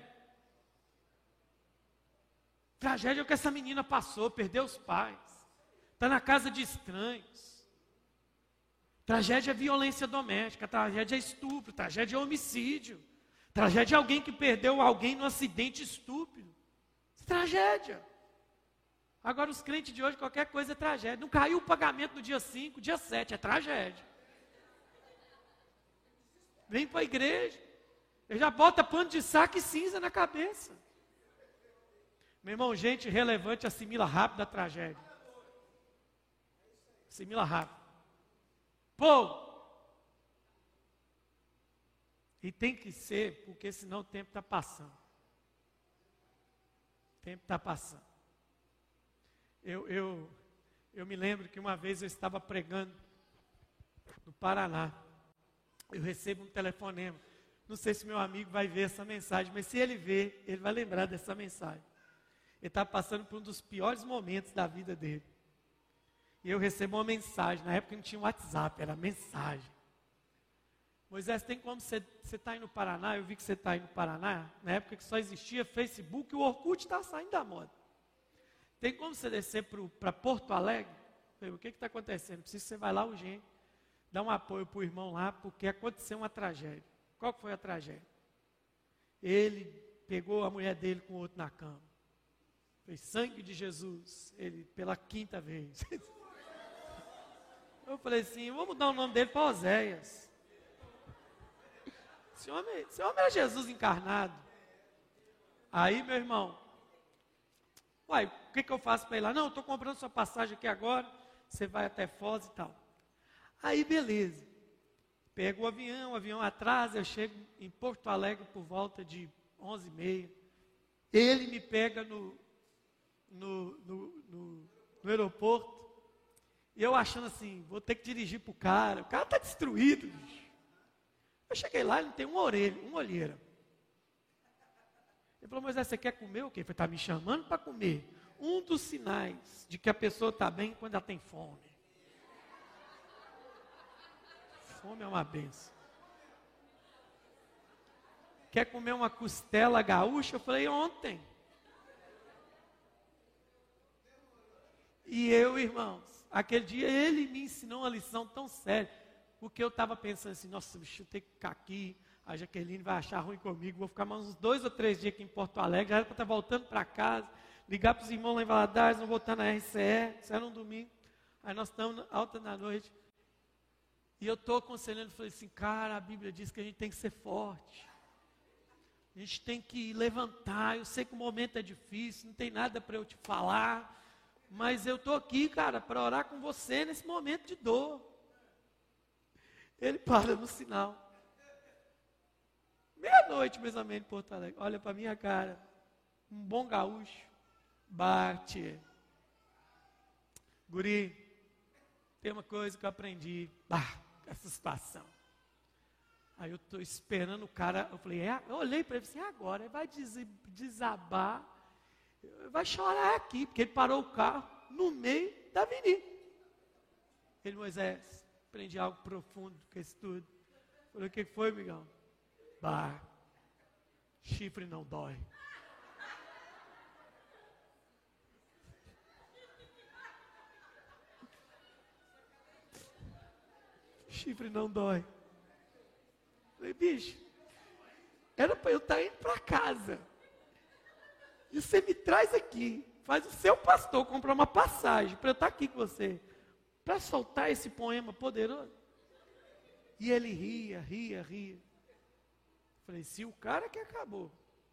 Tragédia é o que essa menina passou, perdeu os pais. Está na casa de estranhos. Tragédia é violência doméstica, tragédia é estupro, tragédia é homicídio. Tragédia é alguém que perdeu alguém num acidente estúpido. Isso é tragédia. Agora os crentes de hoje, qualquer coisa é tragédia. Não caiu o pagamento no dia cinco, dia sete, é tragédia. Vem para a igreja. Ele já bota pano de saco e cinza na cabeça. Meu irmão, gente relevante assimila rápido a tragédia. Assimila rápido. Pô! E tem que ser, porque senão o tempo está passando. O tempo está passando. Eu, eu, eu me lembro que uma vez eu estava pregando no Paraná. Eu recebo um telefonema. Não sei se meu amigo vai ver essa mensagem, mas se ele ver, ele vai lembrar dessa mensagem. Ele estava passando por um dos piores momentos da vida dele. E eu recebo uma mensagem. Na época não tinha WhatsApp, era mensagem. Moisés, tem como você está aí no Paraná? Eu vi que você está aí no Paraná. Na época que só existia Facebook e o Orkut está saindo da moda. Tem como você descer para Porto Alegre? Eu falei, o que está acontecendo? Preciso que você vá lá urgente. Dá um apoio para o irmão lá, porque aconteceu uma tragédia. Qual foi a tragédia? Ele pegou a mulher dele com outro na cama. Falei, sangue de Jesus. Ele, pela quinta vez. Eu falei assim, vou mudar o nome dele para Oséias. Esse homem, esse homem é Jesus encarnado. Aí, meu irmão, uai, o que, que eu faço para ir lá? Não, eu estou comprando sua passagem aqui agora, você vai até Foz e tal. Aí, beleza. Pego o avião, o avião atrasa, eu chego em Porto Alegre por volta de onze e meia. Ele me pega no, no, no, no, no aeroporto. E eu achando assim, vou ter que dirigir para o cara. O cara está destruído, bicho. Eu cheguei lá, ele não tem uma orelha, uma olheira. Ele falou, Moisés, você quer comer o quê? Ele falou, está me chamando para comer. Um dos sinais de que a pessoa está bem é quando ela tem fome. Fome é uma benção. Quer comer uma costela gaúcha? Eu falei, ontem. E eu, irmãos, aquele dia ele me ensinou uma lição tão séria, porque eu estava pensando assim, nossa, bicho, eu tenho que ficar aqui, a Jaqueline vai achar ruim comigo, vou ficar mais uns dois ou três dias aqui em Porto Alegre, já era para estar voltando para casa, ligar para os irmãos lá em Valadares, não voltar na R C E, isso era um domingo, aí nós estamos alta da noite, e eu estou aconselhando, falei assim, cara, a Bíblia diz que a gente tem que ser forte, a gente tem que levantar, eu sei que o momento é difícil, não tem nada para eu te falar, mas eu estou aqui, cara, para orar com você nesse momento de dor. Ele para no sinal. Meia-noite, mais ou menos, em Porto Alegre. Olha para minha cara. Um bom gaúcho. Bate. Guri, tem uma coisa que eu aprendi. Bah, essa situação. Aí eu estou esperando o cara. Eu falei, é? Eu olhei para ele e falei, assim, agora? Ele vai desabar. Vai chorar aqui, porque ele parou o carro no meio da avenida. Ele, Moisés, aprendi algo profundo com isso tudo. Eu falei, o que foi, amigão? Bah, chifre não dói. Chifre não dói. Eu falei, bicho, era para eu estar indo para casa. E você me traz aqui, faz o seu pastor comprar uma passagem para eu estar aqui com você, para soltar esse poema poderoso. E ele ria, ria, ria. Falei, se o cara que acabou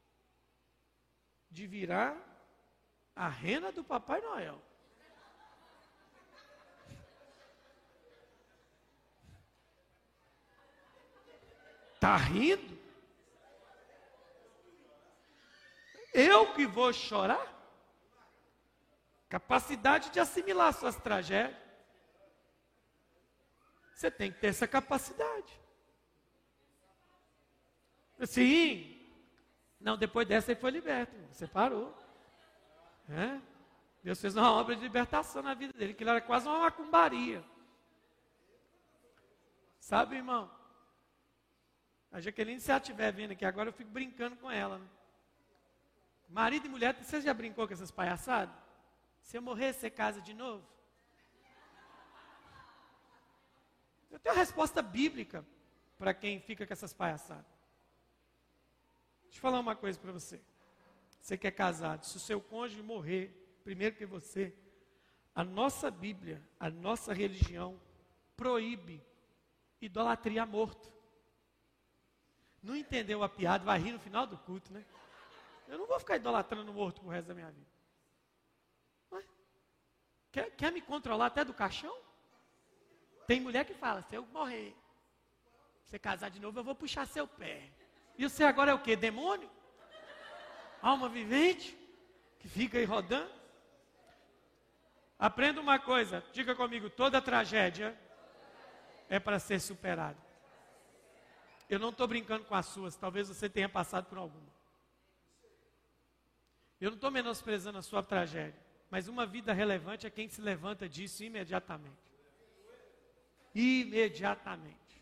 de virar a rena do Papai Noel, tá rindo, eu que vou chorar? Capacidade de assimilar suas tragédias. Você tem que ter essa capacidade. Sim. Não, depois dessa ele foi liberto. Você parou. É? Deus fez uma obra de libertação na vida dele, que ele era quase uma macumbaria. Sabe, irmão? A Jaqueline, se ela estiver vendo aqui agora, eu fico brincando com ela, né? Marido e mulher, você já brincou com essas palhaçadas? Se eu morrer, você casa de novo? Eu tenho uma resposta bíblica para quem fica com essas palhaçadas. Deixa eu falar uma coisa para você. Você que é casado, se o seu cônjuge morrer primeiro que você, a nossa Bíblia, a nossa religião, proíbe idolatria a morto. Não entendeu a piada, vai rir no final do culto, né? Eu não vou ficar idolatrando o morto pro resto da minha vida. Mas, quer, quer me controlar até do caixão? Tem mulher que fala, se eu morrer, você casar de novo, eu vou puxar seu pé. E você agora é o quê? Demônio? Alma vivente? Que fica aí rodando? Aprenda uma coisa, diga comigo, toda tragédia é para ser superada. Eu não estou brincando com as suas, talvez você tenha passado por alguma. Eu não estou menosprezando a sua tragédia, mas uma vida relevante é quem se levanta disso imediatamente. Imediatamente.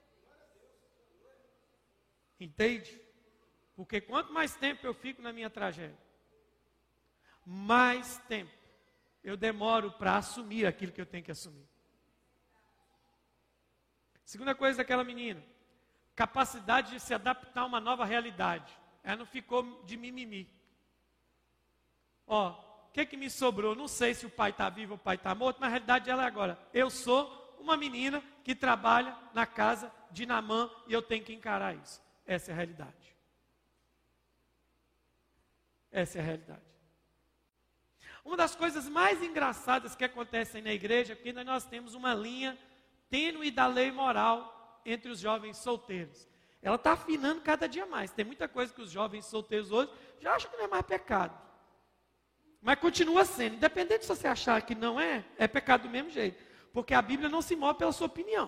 Entende? Porque quanto mais tempo eu fico na minha tragédia, mais tempo eu demoro para assumir aquilo que eu tenho que assumir. Segunda coisa daquela menina, capacidade de se adaptar a uma nova realidade. Ela não ficou de mimimi. Ó, que que me sobrou? Não sei se o pai está vivo ou o pai está morto, mas a realidade dela é agora. Eu sou uma menina que trabalha na casa de Naamã e eu tenho que encarar isso. Essa é a realidade. Essa é a realidade. Uma das coisas mais engraçadas que acontecem na igreja é que ainda nós temos uma linha tênue da lei moral entre os jovens solteiros. Ela está afinando cada dia mais. Tem muita coisa que os jovens solteiros hoje já acham que não é mais pecado. Mas continua sendo. Independente se você achar que não é, é pecado do mesmo jeito. Porque a Bíblia não se move pela sua opinião.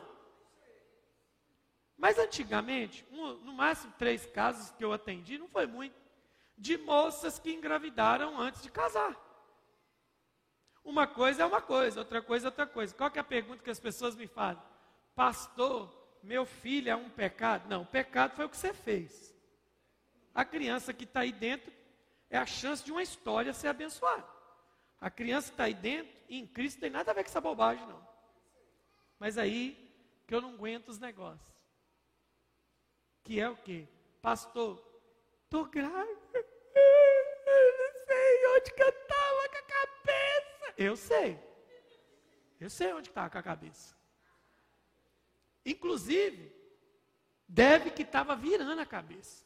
Mas antigamente, um, no máximo três casos que eu atendi, não foi muito, de moças que engravidaram antes de casar. Uma coisa é uma coisa, outra coisa é outra coisa. Qual que é a pergunta que as pessoas me fazem? Pastor, meu filho é um pecado? Não, o pecado foi o que você fez. A criança que está aí dentro é a chance de uma história ser abençoada. A criança que está aí dentro, em Cristo, tem nada a ver com essa bobagem, não. Mas aí que eu não aguento os negócios. Que é o quê? Pastor, estou grávida. Eu não sei onde que eu estava com a cabeça. Eu sei. Eu sei onde estava com a cabeça. Inclusive, deve que estava virando a cabeça.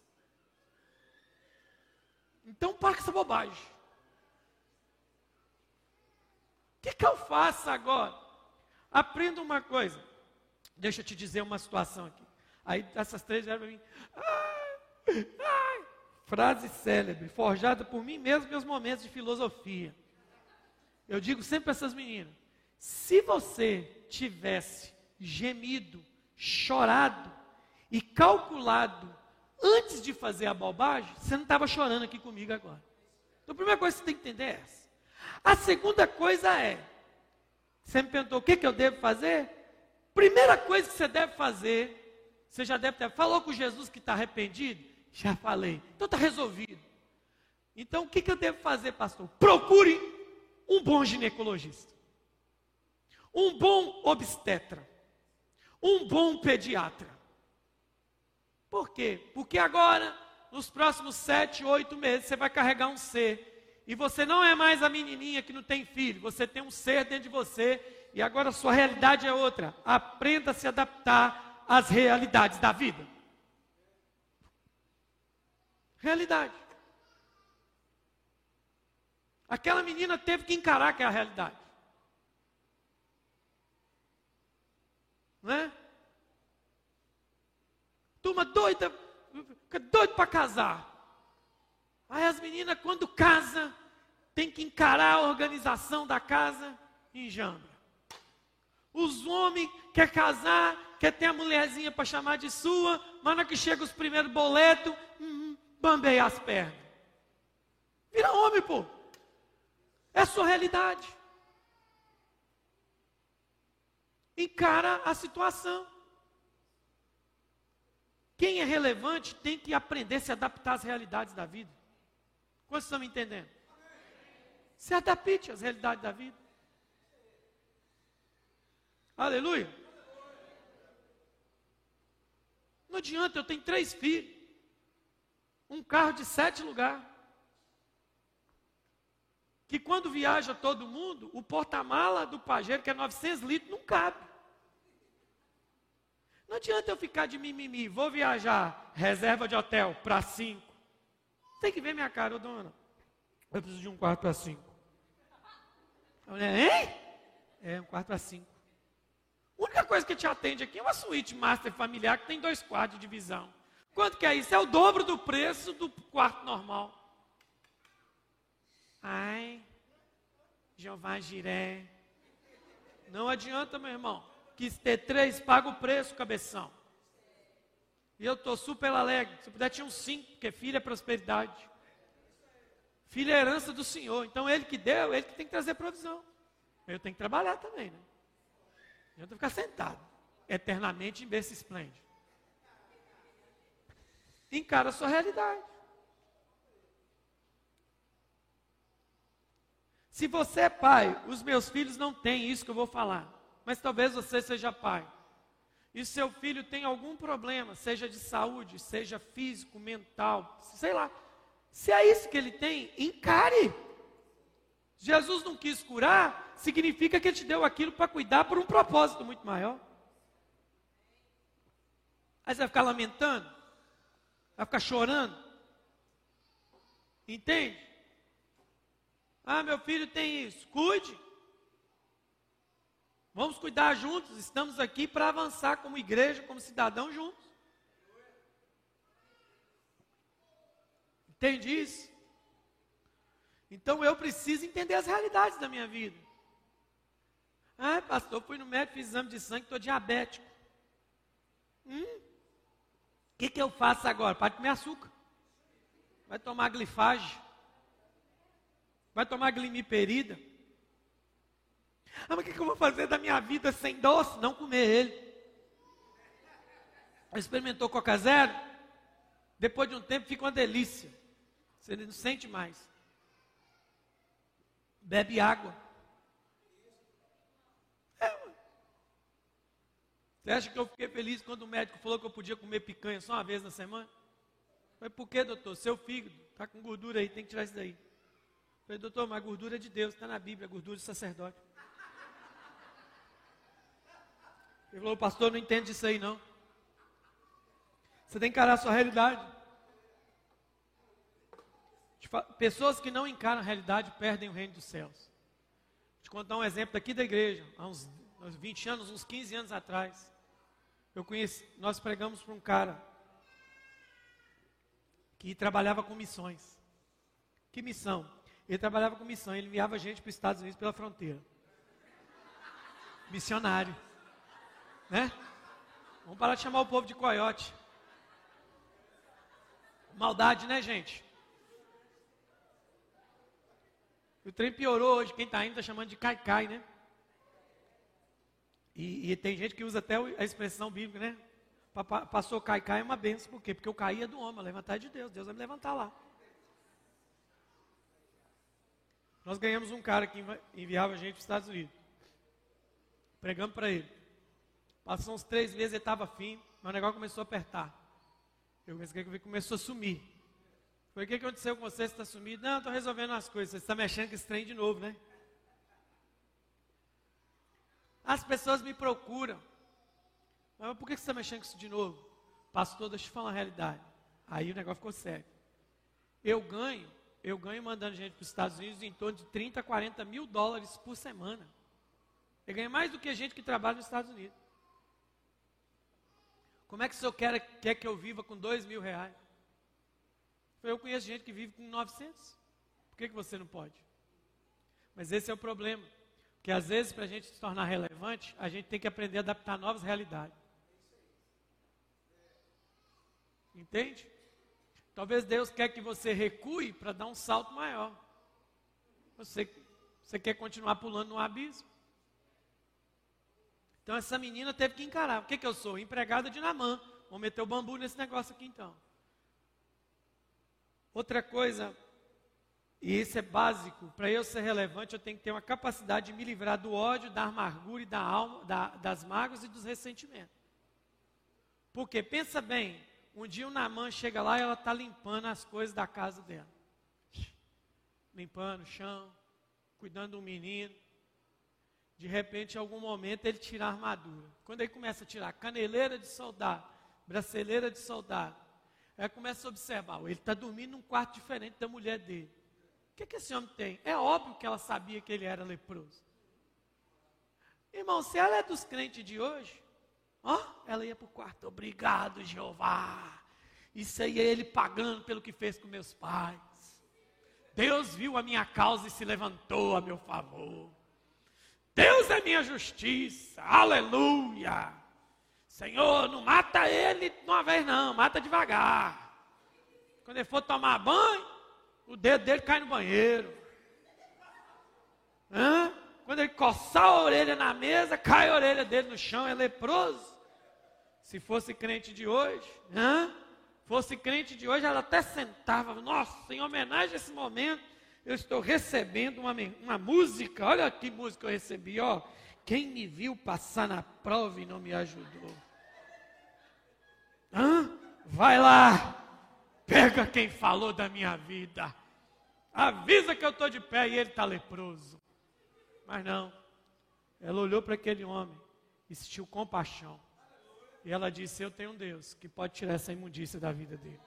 Então, para com essa bobagem. O que, que eu faço agora? Aprenda uma coisa. Deixa eu te dizer uma situação aqui. Aí, essas três vieram para mim. Ai, ai. Frase célebre, forjada por mim mesmo meus momentos de filosofia. Eu digo sempre para essas meninas: se você tivesse gemido, chorado e calculado antes de fazer a bobagem, você não estava chorando aqui comigo agora. Então a primeira coisa que você tem que entender é essa. A segunda coisa é, você me perguntou o que, que eu devo fazer? Primeira coisa que você deve fazer, você já deve ter, falou com Jesus que está arrependido? Já falei, então está resolvido. Então o que, que eu devo fazer, pastor? Procure um bom ginecologista, um bom obstetra, um bom pediatra. Por quê? Porque agora, nos próximos sete, oito meses, você vai carregar um ser. E você não é mais a menininha que não tem filho. Você tem um ser dentro de você. E agora a sua realidade é outra. Aprenda a se adaptar às realidades da vida. Realidade. Aquela menina teve que encarar que é a realidade. Não é? Turma doida, doido para casar. Aí as meninas, quando casa, tem que encarar a organização da casa em jambra. Os homens querem casar, quer ter a mulherzinha para chamar de sua, mas na que chega os primeiros boletos, hum, bambeia as pernas. Vira homem, pô. É a sua realidade. Encara a situação. Quem é relevante tem que aprender a se adaptar às realidades da vida. Quantos estão me entendendo? Se adapte às realidades da vida. Aleluia. Não adianta, eu tenho três filhos. Um carro de sete lugares. Que quando viaja todo mundo, o porta-mala do pajeiro, que é novecentos litros, não cabe. Não adianta eu ficar de mimimi, vou viajar, reserva de hotel para cinco. Tem que ver minha cara, ô dona. Eu preciso de um quarto para cinco. A mulher, hein? É, um quarto para cinco. A única coisa que te atende aqui é uma suíte master familiar que tem dois quartos de divisão. Quanto que é isso? É o dobro do preço do quarto normal. Ai, Jeová Jiré. Não adianta, meu irmão. Quis ter três, paga o preço, cabeção. E eu estou super alegre. Se puder, tinha um cinco, porque filho é prosperidade. Filho é herança do Senhor. Então, Ele que deu, Ele que tem que trazer provisão. Eu tenho que trabalhar também, né? Não adianta ficar sentado eternamente em berço esplêndido. Encara a sua realidade. Se você é pai, os meus filhos não têm isso que eu vou falar. Mas talvez você seja pai. E seu filho tem algum problema, seja de saúde, seja físico, mental, sei lá. Se é isso que ele tem, encare. Se Jesus não quis curar, significa que Ele te deu aquilo para cuidar por um propósito muito maior. Aí você vai ficar lamentando? Vai ficar chorando? Entende? Ah, meu filho tem isso. Cuide. Vamos cuidar juntos. Estamos aqui para avançar como igreja, como cidadão juntos. Entende isso? Então eu preciso entender as realidades da minha vida. Ah, pastor, fui no médico, fiz exame de sangue, estou diabético. Hum? O que, que eu faço agora? Para de comer açúcar. Vai tomar glifage. Vai tomar glimiperida. Ah, mas o que, que eu vou fazer da minha vida sem doce? Não comer ele. Experimentou Coca Zero? Depois de um tempo fica uma delícia. Você não sente mais. Bebe água. É, você acha que eu fiquei feliz quando o médico falou que eu podia comer picanha só uma vez na semana? Mas por que, doutor? Seu fígado está com gordura aí, tem que tirar isso daí. Eu falei, doutor, mas a gordura é de Deus, está na Bíblia, a gordura de sacerdote. Ele falou, pastor, não entende disso aí não. Você tem que encarar a sua realidade. Pessoas que não encaram a realidade perdem o reino dos céus. Vou te contar um exemplo daqui da igreja. Há uns, uns vinte anos, uns quinze anos atrás, eu conheci, nós pregamos para um cara que trabalhava com missões. Que missão? Ele trabalhava com missão, ele enviava gente para os Estados Unidos pela fronteira. Missionário. Né? Vamos parar de chamar o povo de coiote. Maldade, né, gente? O trem piorou hoje, quem está indo está chamando de caicai, né? E, e tem gente que usa até a expressão bíblica, né? Passou caicai é uma benção, por quê? Porque eu caí é do homem, levantar é de Deus, Deus vai me levantar lá. Nós ganhamos um cara que enviava a gente para os Estados Unidos. Pregamos para ele. Passou uns três meses, ele estava afim, mas o negócio começou a apertar. Eu comecei a ver que começou a sumir. Falei, o que aconteceu com você? Você está sumido? Não, estou resolvendo as coisas. Você está mexendo com esse trem de novo, né? As pessoas me procuram. Mas por que você está mexendo com isso de novo? Pastor, deixa eu te falar uma realidade. Aí o negócio ficou sério. Eu ganho, eu ganho mandando gente para os Estados Unidos em torno de trinta, quarenta mil dólares por semana. Eu ganho mais do que gente que trabalha nos Estados Unidos. Como é que o senhor quer, quer que eu viva com dois mil reais? Eu conheço gente que vive com novecentos. Por que, que você não pode? Mas esse é o problema. Porque às vezes, para a gente se tornar relevante, a gente tem que aprender a adaptar a novas realidades. Entende? Talvez Deus quer que você recue para dar um salto maior. Você, você quer continuar pulando no abismo. Então essa menina teve que encarar. O que, que eu sou? Empregada de Naamã. Vou meter o bambu nesse negócio aqui então. Outra coisa, e isso é básico, para eu ser relevante eu tenho que ter uma capacidade de me livrar do ódio, da amargura e da alma, da, das mágoas e dos ressentimentos. Porque, pensa bem, um dia o Naamã chega lá e ela está limpando as coisas da casa dela. Limpando o chão, cuidando do menino. De repente, em algum momento, ele tira a armadura. Quando ele começa a tirar caneleira de soldado, braceleira de soldado, aí começa a observar, ele está dormindo num quarto diferente da mulher dele. O que, que esse homem tem? É óbvio que ela sabia que ele era leproso. Irmão, se ela é dos crentes de hoje, ó, ela ia para o quarto, obrigado, Jeová. Isso aí é ele pagando pelo que fez com meus pais. Deus viu a minha causa e se levantou a meu favor. Deus é minha justiça, aleluia. Senhor, não mata ele de uma vez não, mata devagar. Quando ele for tomar banho, o dedo dele cai no banheiro. Hã? Quando ele coçar a orelha na mesa, cai a orelha dele no chão, é leproso. Se fosse crente de hoje, hã? Fosse crente de hoje, ela até sentava, nossa, em homenagem a esse momento, eu estou recebendo uma, uma música, olha que música eu recebi, ó. Quem me viu passar na prova e não me ajudou. Hã? Vai lá, pega quem falou da minha vida. avisa que eu estou de pé e ele está leproso. Mas não, ela olhou para aquele homem e sentiu compaixão. E ela disse, eu tenho um Deus que pode tirar essa imundícia da vida dele.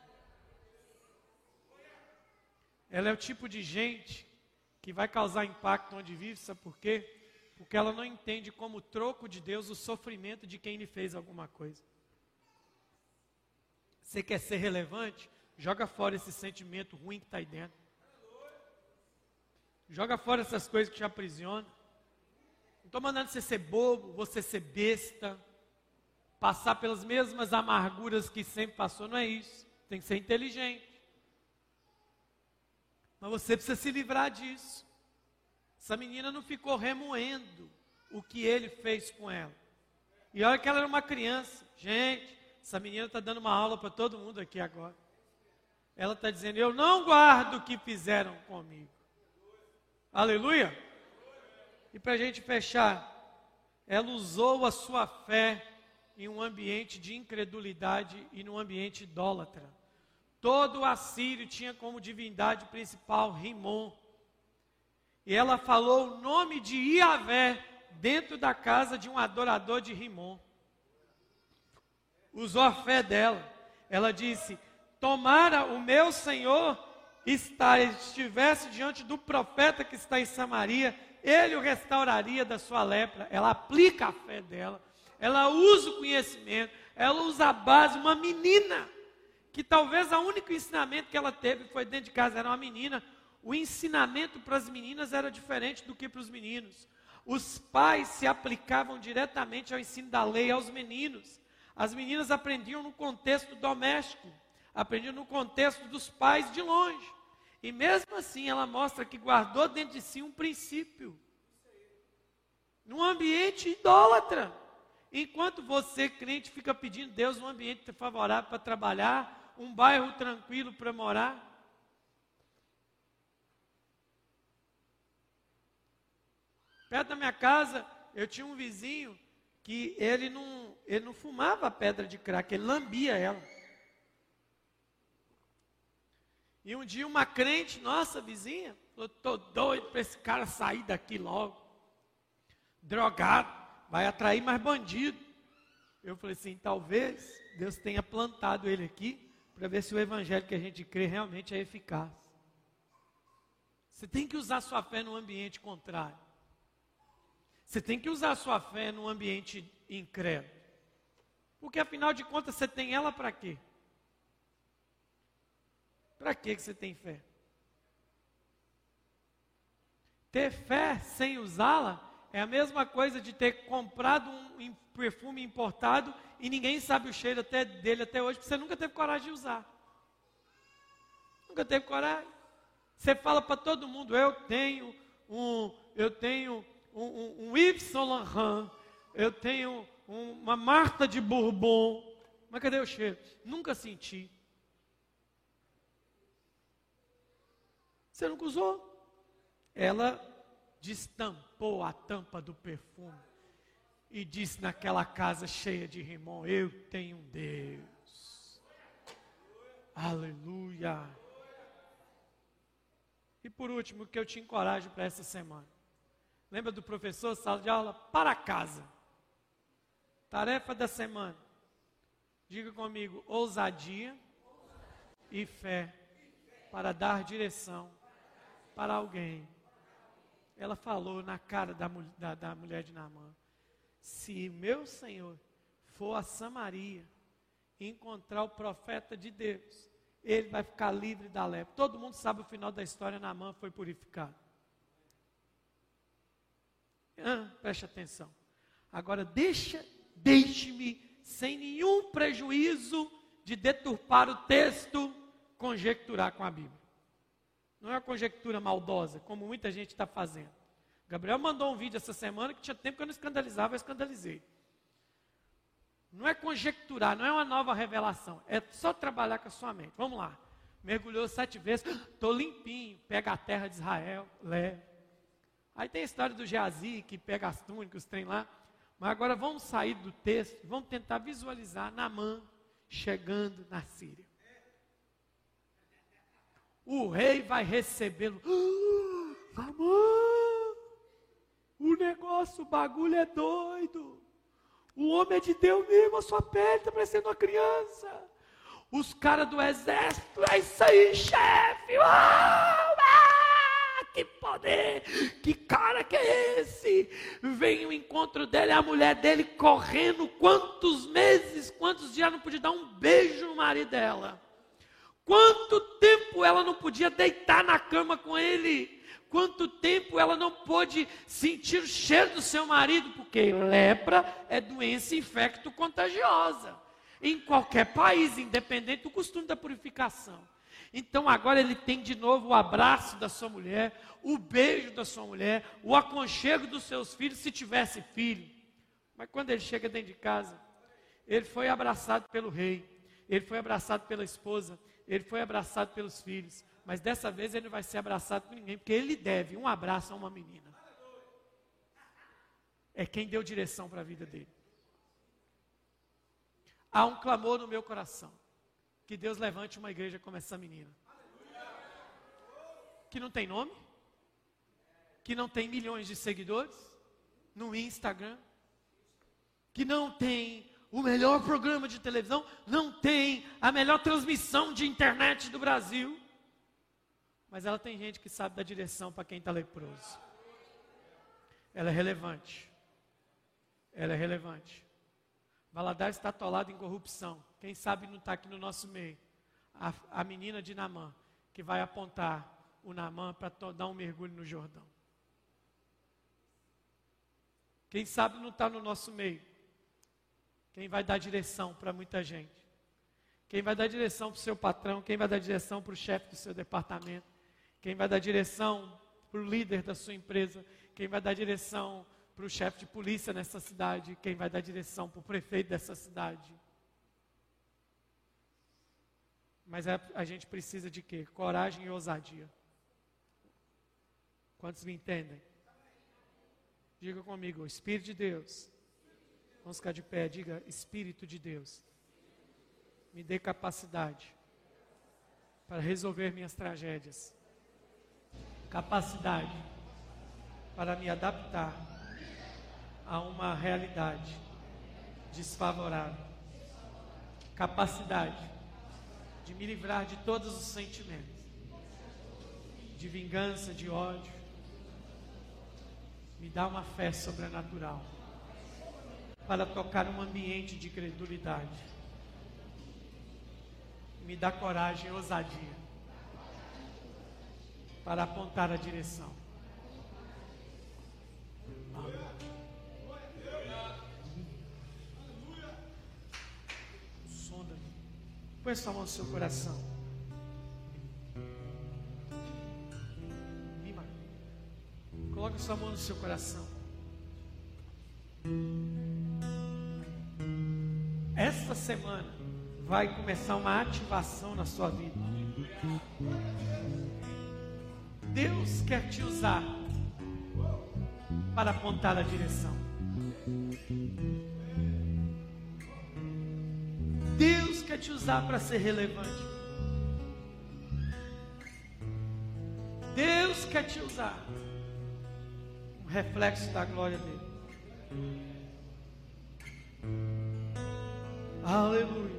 Ela é o tipo de gente que vai causar impacto onde vive, sabe por quê? Porque ela não entende como troco de Deus o sofrimento de quem lhe fez alguma coisa. Você quer ser relevante? Joga fora esse sentimento ruim que está aí dentro. Joga fora essas coisas que te aprisionam. Não estou mandando você ser bobo, você ser besta, passar pelas mesmas amarguras que sempre passou, não é isso. Tem que ser inteligente. Mas você precisa se livrar disso. Essa menina não ficou remoendo o que ele fez com ela. E olha que ela era uma criança. Gente, essa menina está dando uma aula para todo mundo aqui agora. Ela está dizendo, eu não guardo o que fizeram comigo. Aleluia. E para a gente fechar, ela usou a sua fé em um ambiente de incredulidade e num ambiente idólatra. Todo o assírio tinha como divindade principal Rimon. E ela falou o nome de Iavé dentro da casa de um adorador de Rimon. Usou a fé dela. Ela disse, tomara o meu Senhor estar, estivesse diante do profeta que está em Samaria, ele o restauraria da sua lepra. Ela aplica a fé dela. Ela usa o conhecimento. Ela usa a base. Uma menina que talvez o único ensinamento que ela teve foi dentro de casa, era uma menina. O ensinamento para as meninas era diferente do que para os meninos. Os pais se aplicavam diretamente ao ensino da lei aos meninos. As meninas aprendiam no contexto doméstico, aprendiam no contexto dos pais de longe. E mesmo assim ela mostra que guardou dentro de si um princípio. Num ambiente idólatra. Enquanto você, crente, fica pedindo Deus um ambiente favorável para trabalhar, um bairro tranquilo para morar. Perto da minha casa, eu tinha um vizinho que ele não, ele não fumava a pedra de crack, ele lambia ela. E um dia uma crente, nossa vizinha, falou, estou doido para esse cara sair daqui logo. Drogado, vai atrair mais bandido. Eu falei assim, talvez Deus tenha plantado ele aqui para ver se o evangelho que a gente crê realmente é eficaz. Você tem que usar sua fé num ambiente contrário. Você tem que usar sua fé num ambiente incrédulo. Porque afinal de contas você tem ela para quê? Para que você tem fé? Ter fé sem usá-la é a mesma coisa de ter comprado um perfume importado e ninguém sabe o cheiro até dele até hoje, porque você nunca teve coragem de usar. Nunca teve coragem. Você fala para todo mundo, eu tenho um, eu tenho um, um, um Yves Saint Laurent, eu tenho um, uma Marta de Bourbon, mas cadê o cheiro? Nunca senti. Você nunca usou? Ela destampou a tampa do perfume e disse naquela casa cheia de Rimon, eu tenho um Deus. Aleluia. E por último, que eu te encorajo para essa semana. Lembra do professor, sala de aula? Para casa. Tarefa da semana. Diga comigo, ousadia e fé para dar direção para alguém. Ela falou na cara da, da, da mulher de Naamã, se meu Senhor for a Samaria e encontrar o profeta de Deus, ele vai ficar livre da lepra. Todo mundo sabe o final da história, Naamã foi purificado. Ah, preste atenção. Agora deixa, deixe-me, sem nenhum prejuízo de deturpar o texto, conjecturar com a Bíblia. Não é uma conjectura maldosa, como muita gente está fazendo. Gabriel mandou um vídeo essa semana que tinha tempo que eu não escandalizava, eu escandalizei. Não é conjecturar, não é uma nova revelação. É só trabalhar com a sua mente. Vamos lá. Mergulhou sete vezes, estou limpinho. Pega a terra de Israel, leva. Aí tem a história do Geazi, que pega as túnicas, os trem lá. Mas agora vamos sair do texto, vamos tentar visualizar Naamã chegando na Síria. O rei vai recebê-lo. Ah, Naamã, o negócio, o bagulho é doido. O homem é de Deus mesmo, a sua pele está parecendo uma criança. Os caras do exército, é isso aí, chefe. Ah, ah, que poder, que cara que é esse? Vem o encontro dele, a mulher dele correndo, quantos meses, quantos dias não podia dar um beijo no marido dela? Quanto tempo ela não podia deitar na cama com ele? Quanto tempo ela não pôde sentir o cheiro do seu marido? Porque lepra é doença infecto-contagiosa. Em qualquer país, independente do costume da purificação. Então agora ele tem de novo o abraço da sua mulher, o beijo da sua mulher, o aconchego dos seus filhos, se tivesse filho. Mas quando ele chega dentro de casa, ele foi abraçado pelo rei, ele foi abraçado pela esposa, ele foi abraçado pelos filhos. Mas dessa vez ele não vai ser abraçado por ninguém, porque ele deve um abraço a uma menina. É quem deu direção para a vida dele. Há um clamor no meu coração, que Deus levante uma igreja como essa menina. Que não tem nome, que não tem milhões de seguidores no Instagram, que não tem o melhor programa de televisão, não tem a melhor transmissão de internet do Brasil, mas ela tem gente que sabe dar direção para quem está leproso. Ela é relevante. Ela é relevante. Valadares está atolado em corrupção. Quem sabe não está aqui no nosso meio. A, a menina de Naamã, que vai apontar o Naamã para dar um mergulho no Jordão. Quem sabe não está no nosso meio. Quem vai dar direção para muita gente. Quem vai dar direção para o seu patrão. Quem vai dar direção para o chefe do seu departamento. Quem vai dar direção para o líder da sua empresa. Quem vai dar direção para o chefe de polícia nessa cidade, quem vai dar direção para o prefeito dessa cidade. Mas a, a gente precisa de quê? Coragem e ousadia. Quantos me entendem? Diga comigo, Espírito de Deus. Vamos ficar de pé, diga, Espírito de Deus. Me dê capacidade para resolver minhas tragédias. Capacidade para me adaptar a uma realidade desfavorável. Capacidade de me livrar de todos os sentimentos, de vingança, de ódio. Me dá uma fé sobrenatural para tocar um ambiente de credulidade. Me dá coragem e ousadia para apontar a direção. Amém. Põe sua mão no seu coração. Mima. Coloque sua mão no seu coração. Esta semana vai começar uma ativação na sua vida. Deus quer te usar para apontar a direção. Deus quer te usar para ser relevante. Deus quer te usar. Um reflexo da glória dele. Aleluia.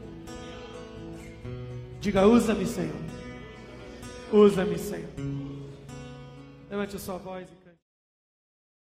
Diga, usa-me, Senhor. Usa-me, Senhor. Levante a sua voz.